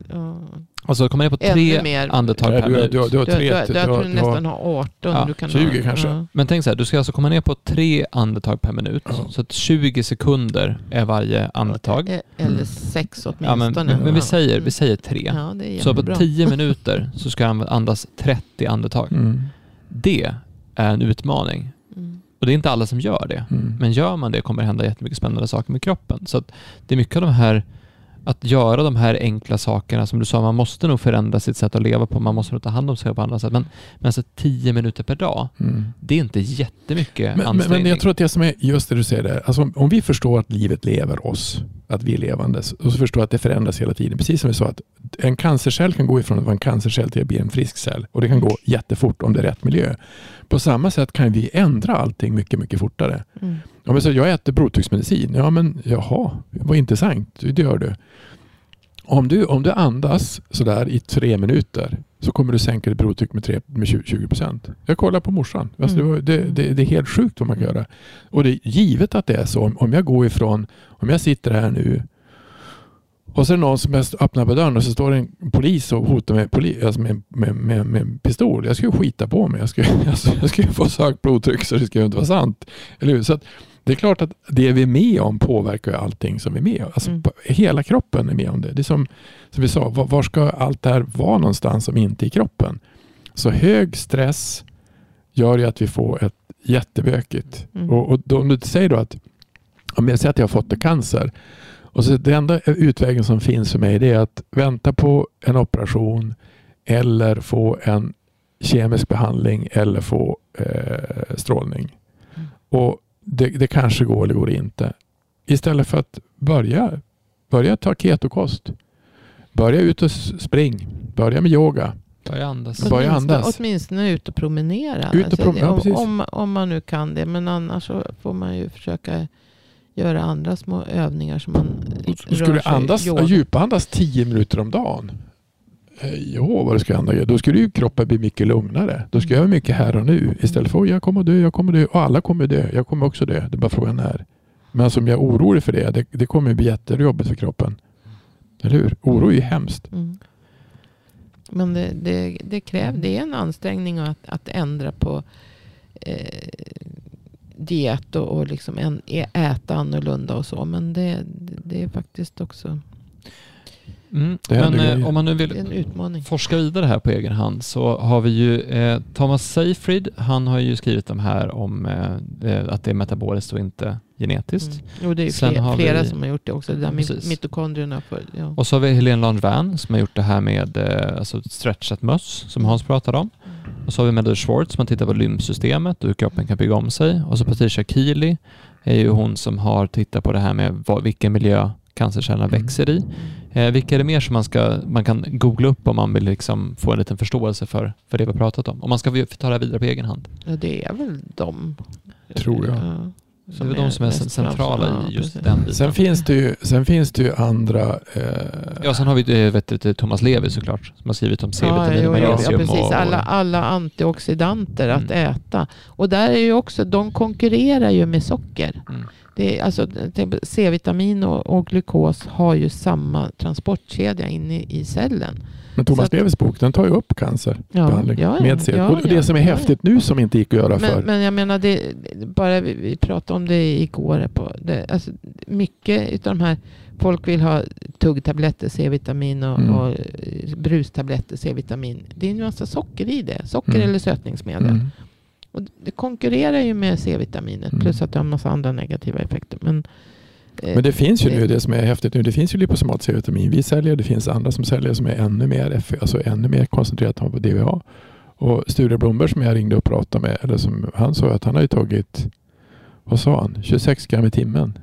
Alltså komma ner på 3 andetag per minut. Jag tror du nästan har 18. Ja, du kan 20 kanske. Ja. Men tänk så här, du ska alltså komma ner på 3 andetag per minut. Så att 20 sekunder är varje andetag. Eller 6 åtminstone. Ja, men vi säger 3. Ja, det är så på 10 minuter så ska han andas 30 andetag. Det är en utmaning. Och det är inte alla som gör det. Men gör man det kommer det hända jättemycket spännande saker med kroppen. Så att det är mycket av de här, att göra de här enkla sakerna, som du sa, man måste nog förändra sitt sätt att leva på, man måste nog ta hand om sig på andra sätt. Men alltså 10 minuter per dag, det är inte jättemycket ansträngning. Men jag tror att det som är just det du säger där, alltså om vi förstår att livet lever oss, att vi är levandes, och så förstår att det förändras hela tiden. Precis som vi sa, att en cancercell kan gå ifrån att vara en cancercell till att bli en frisk cell. Och det kan gå jättefort om det är rätt miljö. På samma sätt kan vi ändra allting mycket, mycket fortare. Om jag säger, jag äter blodtrycksmedicin. Ja, men jaha, vad intressant. Det gör du. Om du andas sådär i 3 minuter så kommer du sänka ditt blodtryck med 20%. Jag kollar på morsan. Alltså det är helt sjukt vad man kan göra. Och det är givet att det är så. Om jag går ifrån, om jag sitter här nu och så är det någon som öppnar på dörren och så står det en polis och hotar med pistol. Jag skulle skita på mig. Jag skulle få sökt blodtryck, så det skulle inte vara sant. Eller hur? Så att det är klart att det vi är med om påverkar allting som vi är med om. Alltså, hela kroppen är med om det. Det är som vi sa, var ska allt det här vara någonstans om inte i kroppen? Så hög stress gör ju att vi får ett jättebökigt. Och då, om du säger då att, om jag säger att jag har fått cancer, och så det enda utvägen som finns för mig, det är att vänta på en operation eller få en kemisk behandling eller få strålning. Och det kanske går eller går inte. Istället för att börja ta ketokost. Börja ut och spring. Börja med yoga. Börja andas. Åtminstone ut och promenera. Om man nu kan det. Men annars så får man ju försöka göra andra små övningar som man skulle djupandas 10 minuter om dagen. Jo, vad det ska hända. Då skulle ju kroppen bli mycket lugnare. Då ska jag göra mycket här och nu. Istället för jag kommer dö och alla kommer dö. Jag kommer också dö. Det är bara frågan när. Men som jag är orolig för det kommer bli jättejobbigt för kroppen. Eller hur? Oro är ju hemskt. Mm. Men det är en ansträngning att ändra på diet och liksom äta annorlunda och så. Men det är faktiskt också Men om man nu vill en utmaning. Forska vidare här på egen hand så har vi ju Thomas Seyfried. Han har ju skrivit de här om att det är metaboliskt och inte genetiskt. Och det är flera som har gjort det också. Det där mitokondrierna. Och så har vi Helene Landvän som har gjort det här med alltså stretchat möss som Hans pratade om. Och så har vi Melody Schwartz som har tittat på lymfsystemet och hur kroppen kan bygga om sig. Och så Patricia Keeley är ju hon som har tittat på det här med vilken miljö cancercellerna växer i. Vilka är det mer som man kan googla upp om man vill liksom få en liten förståelse för det vi har pratat om? Om man ska ta det här vidare på egen hand. Ja, det är väl de. Tror jag. Det är de som är centrala i just den biten. Sen finns det ju andra... sen har vi Thomas Levi såklart som har skrivit om C-vitamin och magnesium. Ja, precis. Alla antioxidanter att äta. Och där är ju också, de konkurrerar ju med socker. Det är, alltså, C-vitamin och glukos har ju samma transportkedja inne i cellen. Men Thomas Levis bok, den tar ju upp cancerbehandling med C. Och det som är häftigt nu som inte gick att göra förr. Men jag menar, bara vi pratade om det igår. Alltså, mycket av de här, folk vill ha tuggtabletter C-vitamin och brustabletter C-vitamin. Det är en massa socker i det. Socker eller sötningsmedel. Och det konkurrerar ju med C-vitaminet plus att det har en massa andra negativa effekter. Men det finns ju nu det som är häftigt nu. Det finns ju liposomat C-vitamin. Vi säljer, det finns andra som säljer som är ännu mer koncentrerat på det vi har. Och Sture Blomberg som jag ringde och pratade med, eller som han sa att han har ju tagit, vad sa han? 26 gram i timmen.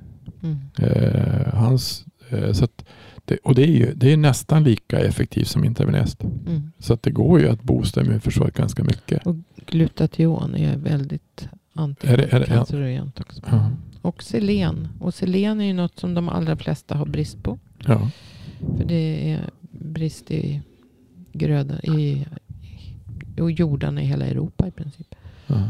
Så att det är nästan lika effektivt som intravenöst. Så att det går ju att boosta immunförsvaret ganska mycket. Och glutation är väldigt anticancerogent också. Ja. Och selen. Och selen är ju något som de allra flesta har brist på. Ja. För det är brist i gröda och jordarna i hela Europa i princip. Ja.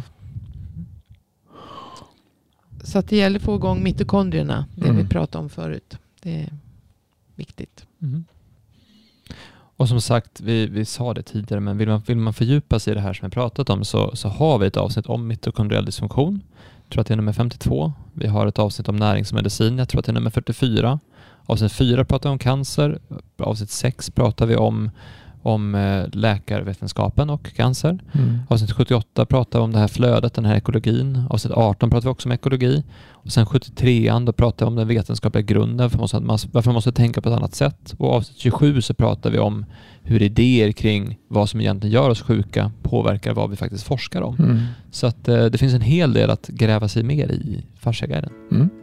Så att det gäller att få igång mitokondrierna. Det vi pratade om förut. Det är viktigt. Och som sagt, vi sa det tidigare, men vill man fördjupa sig i det här som vi pratat om så har vi ett avsnitt om mitokondriell dysfunktion. Jag tror att det är nummer 52. Vi har ett avsnitt om näringsmedicin. Jag tror att det är nummer 44. Avsnitt 4 pratar vi om cancer. Avsnitt 6 pratar vi om läkarvetenskapen och cancer. Avsnitt 78 pratar vi om det här flödet, den här ekologin. Avsnitt 18 pratar vi också om ekologi. Och sen 73 då pratar vi om den vetenskapliga grunden varför man måste tänka på ett annat sätt. Och avsnitt 27 så pratar vi om hur idéer kring vad som egentligen gör oss sjuka påverkar vad vi faktiskt forskar om. Så att det finns en hel del att gräva sig mer i Fasciaguiden.